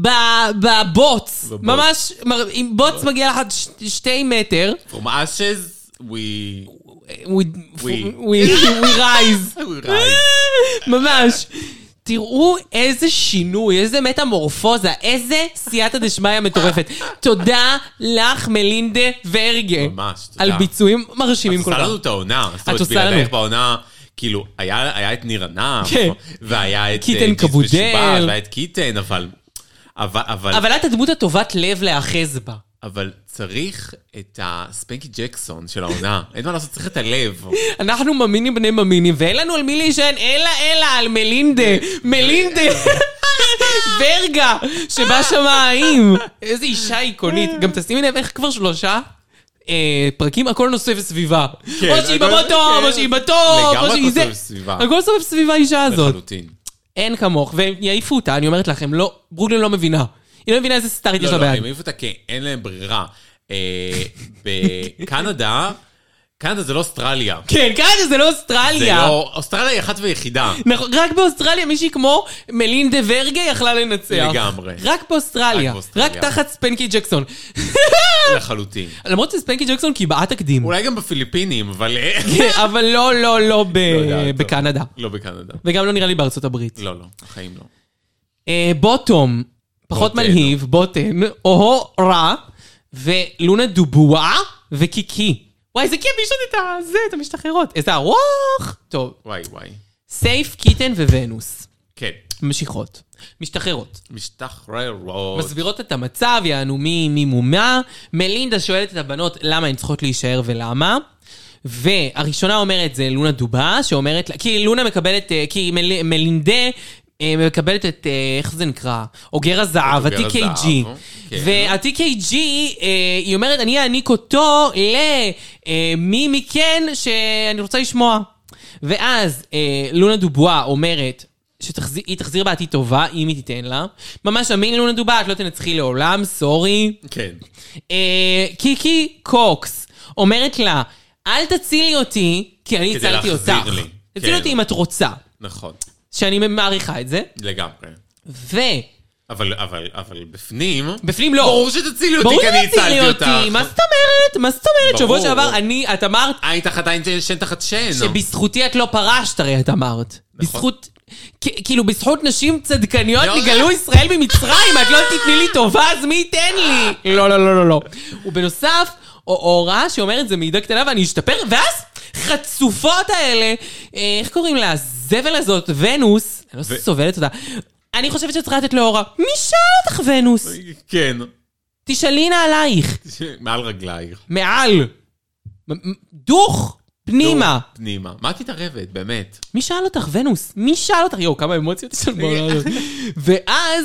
בבוץ. ממש, אם בוץ מגיע לך שתי מטר. From ashes, we... we, we, we rise. we rise. ממש. תראו איזה שינוי, איזה מטמורפוזה, איזה סייעתא דשמיא מטורפת. תודה לך, מלינדה ורגה. ממש, תודה. על ביצועים מרשימים כל כך. את עושה לנו את העונה. את עושה לנו. בלעדך בעונה, כאילו, היה את ניר ענף, והיה את... קיטן קבודל. והיה את קיטן, אבל... אבל את הדמות הטובת לב להאחז בה. אבל צריך את הספנקי ג'קסון של העונה. אין מה לעשות, צריך את הלב. אנחנו מאמינים בני מאמינים, ואין לנו על מי להישען, אלא אלא על מלינדה. מלינדה. ורגה, שבא שמיים. איזה אישה איקונית. גם תשימי לב איך כבר שלושה פרקים, הכל נוסף סביבה. או שהיא במוטום, או שהיא בטוב, או שהיא זה. הכל סובב סביבה האישה הזאת. לחלוטין. אין כמוך, ויעיפו אותה, אני אומרת לכם, לא, ברוקלין לא מבינה. היא לא מבינה איזה סטארית יש לה בעד. לא, לא, הם העיפו אותה כי אין להם ברירה. בקנדה, קנדה זה לא אוסטרליה. כן, קנדה זה לא אוסטרליה. זה לא, אוסטרליה היא אחת ויחידה. נכון, רק באוסטרליה מישהי כמו מלינדה ורגה יכלה לנצח. לגמרי. רק באוסטרליה. רק תחת ספנקי ג'קסון. לחלוטין. למרות שספנקי ג'קסון קיבעה תקדים. אולי גם בפיליפינים, אבל... אבל לא, לא, לא בקנדה. לא בקנדה. וגם לא נראה לי בארצות הברית. לא, לא, החיים לא. בוטום, פחות מלהיב, בוטן, אוהורה, ולונה דובואה וקיקי. וואי, זה כיף לשתות את זה, את המשתחררות. איזה ארוך. טוב. וואי, וואי. סייף, קיטן וונוס. כן. משיכות. משתחררות. משתחררות. מסבירות את המצב, יענו מי, מי מומה. מלינדה שואלת את הבנות למה הן צריכות להישאר ולמה. והראשונה אומרת זה לונה דובה, שאומרת, כי לונה מקבלת, כי מל, מלינדה מקבלת את, איך זה נקרא? אוגר הזהב, ה-טי קיי ג'י. וה-טי קיי ג'י, היא אומרת, אני אעניק אותו למי מכן שאני רוצה לשמוע. ואז לונה דובואה אומרת, שהיא תחזיר בעתיד טובה, אם היא תיתן לה. ממש אמין לונה דובה, את לא תנצחי לעולם, סורי. כן. קיקי קוקס אומרת לה, אל תצילי אותי, כי אני הצלתי אותך. תצילי אותי אם את רוצה. נכון. שאני מעריכה את זה. לגמרי. ו... אבל, אבל, אבל בפנים... בפנים לא. ברור שתצילי אותי, כי אני הצלתי אותך. מה זאת אומרת? מה זאת אומרת? שבוע שעבר אני, את אמרת... עין תחת עין, שן תחת שן. שבזכותי את לא פרשת, הרי את אמרת. בזכות... כאילו, בזכות נשים צדקניות נגלו ישראל ממצרים, את לא תתני לי טובה, אז מי ייתן לי? לא, לא, לא, לא, לא. ובנוסף, אורה שאומרת, זה מידה קטנה ואני אשתפר, ואז חצופות האלה, איך קוראים לה? הזבל הזאת, ונוס, אני לא סובלת אותה, אני חושבת שצריכה לתת לאורה. מי שאל אותך ונוס? כן. תשאלי נא עלייך. מעל רגלייך. מעל. דוך פנימה. דוך פנימה. מה את מתערבת, באמת? מי שאל אותך ונוס? מי שאל אותך? יואו, כמה אמוציות יש לנו בעולם הזאת. ואז...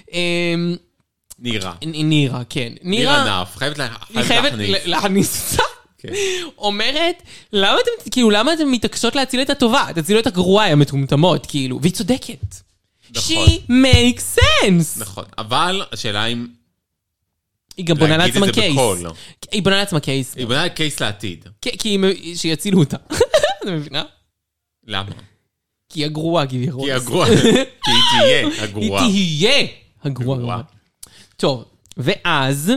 נירה. נירה, כן. נירה נף. חייבת להכניס אותה. אומרת, למה אתם, כאילו, למה אתם מתעקשות להציל את הטובה? תצילו את הגרועה, המטומטמות, כאילו, והיא צודקת. נכון. She makes sense. נכון, אבל השאלה אם... היא גם בונה לעצמה קייס. לא. היא בונה לעצמה קייס. היא בונה קייס לעתיד. כי שיצילו אותה. אתה מבינה? למה? כי היא הגרועה, כביכול. כי היא הגרועה. כי היא תהיה הגרועה. היא תהיה הגרועה. טוב, ואז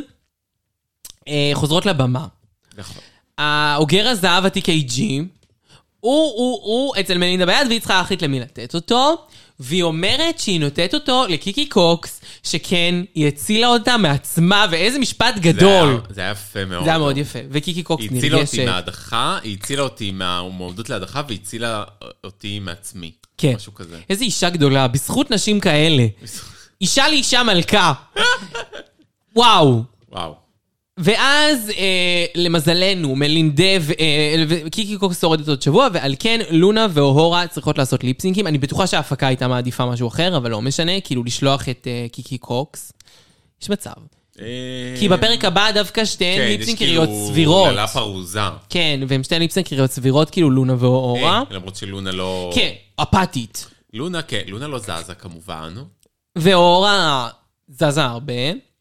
חוזרות לבמה. נכון. האוגר הזהב ה-טי קיי ג'י, הוא, הוא, הוא אצל מלינדה ביד, והיא צריכה להחליט למי לתת אותו, והיא אומרת שהיא נותנת אותו לקיקי קוקס, שכן, היא הצילה אותה מעצמה, ואיזה משפט גדול. זה היה יפה מאוד. זה היה מאוד יפה, וקיקי קוקס נרגשת. היא הצילה אותי מההדחה, היא הצילה אותי מהמועמדות להדחה, והיא הצילה אותי מעצמי. כן. משהו כזה. איזה אישה גדולה, בזכות נשים כאלה. אישה לאישה מלכה. וואו. וואו. ואז, אה, למזלנו, מלינדה וקיקי קוקס הורדת עוד שבוע, ועל כן לונה ואוהורה צריכות לעשות ליפסינקים. אני בטוחה שההפקה הייתה מעדיפה משהו אחר, אבל לא משנה, כאילו לשלוח את אה, קיקי קוקס. יש מצב. כי בפרק הבא דווקא שתיהן כן, ליפסינקריות יש כאילו סבירות. גללה פרוזה. כן, והן שתיהן ליפסינקריות סבירות, כאילו לונה ואוהורה. למרות שלונה לא... כן, אפתית. לונה, כן, לונה לא זזה כמובן. ואוהורה זזה הרבה.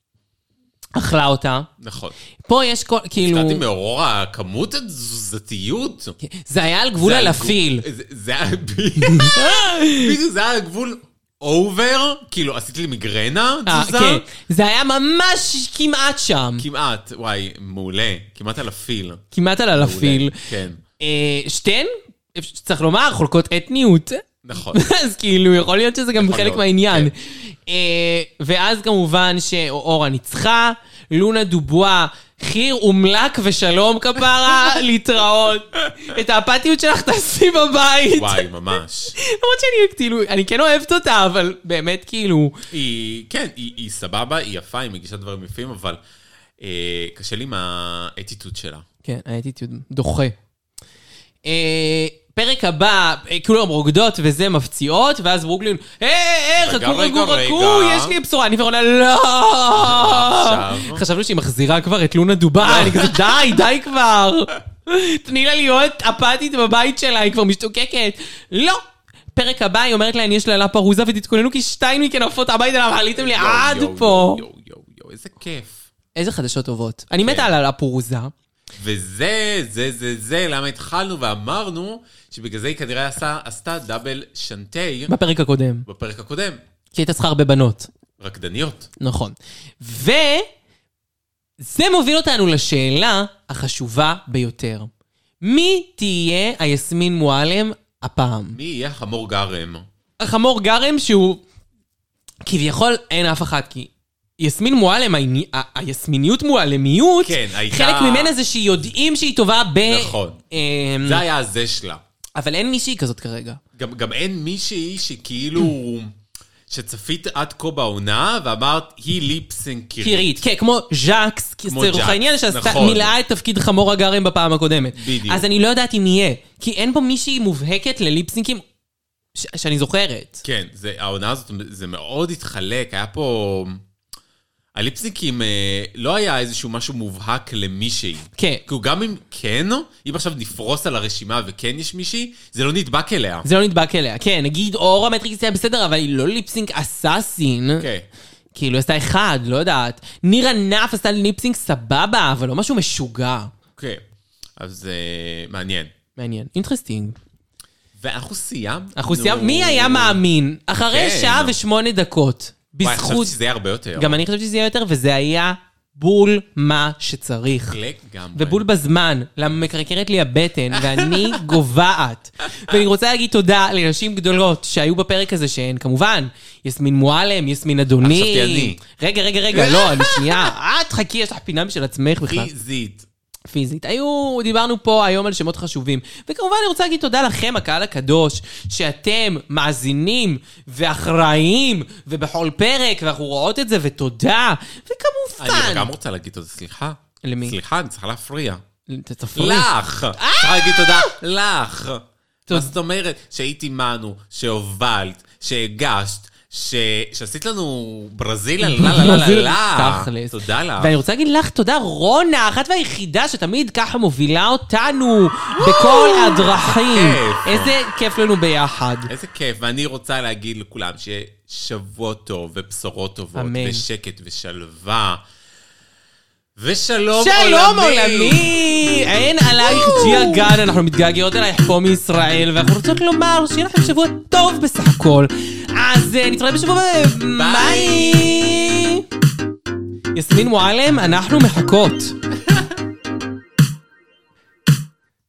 אכלה אותה. נכון. פה יש כל, כאילו... הזכרתי מאורור הכמות התזוזתיות. זה היה על גבול הלפיל. זה היה... זה היה על גבול אובר, כאילו עשיתי לי מגרנה, תזוזה. כן, זה היה ממש כמעט שם. כמעט, וואי, מעולה. כמעט על הפיל. כמעט על הלפיל. כן. שתיהן, צריך לומר, חולקות אתניות. נכון. אז כאילו, יכול להיות שזה גם חלק מהעניין. ואז כמובן שאורה ניצחה, לונה דובואה, חיר ומלק ושלום כפרה, להתראות. את האפתיות שלך תעשי בבית. וואי, ממש. למרות שאני, כאילו, אני כן אוהבת אותה, אבל באמת, כאילו... היא, כן, היא, היא סבבה, היא יפה, היא מגישה דברים יפים, אבל אה, קשה לי עם האטיטוד שלה. כן, האטיטוד דוחה. אה... פרק הבא, כולם רוקדות וזה מפציעות, ואז ברוקלין, היי, היי, חכו, חכו, חכו, יש לי בשורה. אני ועונה, לא. חשבנו שהיא מחזירה כבר את לונה דובאי, אני כזה, די, די כבר. תני לה להיות אפתית בבית שלה, היא כבר משתוקקת. לא. פרק הבא, היא אומרת להן, יש לה פרוזה, ותתכוננו כי שתיים מכן עפות הביתה, אבל עליתם לי עד פה. יו, יו, יו, איזה כיף. איזה חדשות טובות. אני מתה על הפרוזה. וזה, זה, זה, זה, למה התחלנו ואמרנו שבגלל זה היא כנראה עשה, עשתה דאבל שנטי. בפרק הקודם. בפרק הקודם. כי הייתה צריכה הרבה בנות. רקדניות. נכון. וזה מוביל אותנו לשאלה החשובה ביותר. מי תהיה היסמין מועלם הפעם? מי יהיה חמור גרם? החמור גרם שהוא כביכול אין אף אחת, כי יסמין מועלם, היסמיניות מועלמיות, כן, הייתה... חלק ממנה זה שהיא יודעים שהיא טובה ב... נכון. זה היה הזה שלה. אבל אין מישהי כזאת כרגע. גם, גם אין מישהי שכאילו... שצפית עד כה בעונה, ואמרת, היא ליפסינג קירית. קירית, כן, כמו ז'קס, כמו ז'קס, העניין שעשתה נכון. מילאה את תפקיד חמור הגרם בפעם הקודמת. בדיוק. אז אני לא יודעת אם יהיה, כי אין פה מישהי מובהקת לליפסינקים ש- שאני זוכרת. כן, זה, העונה הזאת, זה מאוד התחלק, היה פה... הליפסינקים אה, לא היה איזשהו משהו מובהק למישהי. כן. כי גם אם כן, אם עכשיו נפרוס על הרשימה וכן יש מישהי, זה לא נדבק אליה. זה לא נדבק אליה, כן, נגיד אורה מטריקס היה בסדר, אבל היא לא ליפסינק אסאסין. כן. כאילו, עשתה אחד, לא יודעת. נירה נף עשתה ליפסינק סבבה, אבל לא משהו משוגע. כן. אז אה, מעניין. מעניין, אינטרסטינג. ואנחנו סיימנו. אנחנו סיימנו, מי היה מאמין? אחרי כן. שעה ושמונה דקות. וואי, בזכות... חשבתי שזה יהיה הרבה יותר. גם אני חשבתי שזה יהיה יותר, וזה היה בול מה שצריך. לגמרי. ובול בזמן, למה מקרקרת לי הבטן, ואני גובעת. ואני רוצה להגיד תודה לנשים גדולות שהיו בפרק הזה, שהן כמובן, יסמין מועלם, יסמין אדוני. חשבתי אני. רגע, רגע, רגע, לא, אני שנייה. את חכי, יש לך פינה בשביל עצמך בכלל. פיזית. פיזית. היו, דיברנו פה היום על שמות חשובים. וכמובן אני רוצה להגיד תודה לכם, הקהל הקדוש, שאתם מאזינים ואחראים, ובכל פרק, ואנחנו רואות את זה, ותודה. וכמובן... אני גם רוצה להגיד תודה, סליחה. למי? סליחה, אני צריכה להפריע. תפריע. לך! צריכה להגיד תודה, לך. מה זאת אומרת? שהייתי מנו, שהובלת, שהגשת, ש... שעשית לנו ברזיל, לא, לא, לא, לא, תכלס. תודה לך. ואני רוצה להגיד לך תודה, רונה, אחת והיחידה שתמיד ככה מובילה אותנו בכל הדרכים. איזה כיף לנו ביחד. איזה כיף, ואני רוצה להגיד לכולם ששבוע טוב ובשורות טובות, ושקט ושלווה. ושלום עולמי. שלום עולמי. אין עלייך ג'יה גן, אנחנו מתגעגעות אלייך פה מישראל, ואנחנו רוצות לומר שיהיה לכם שבוע טוב בסך הכל. אז נתראה בשבוע ביי. יסמין מועלם, אנחנו מחכות.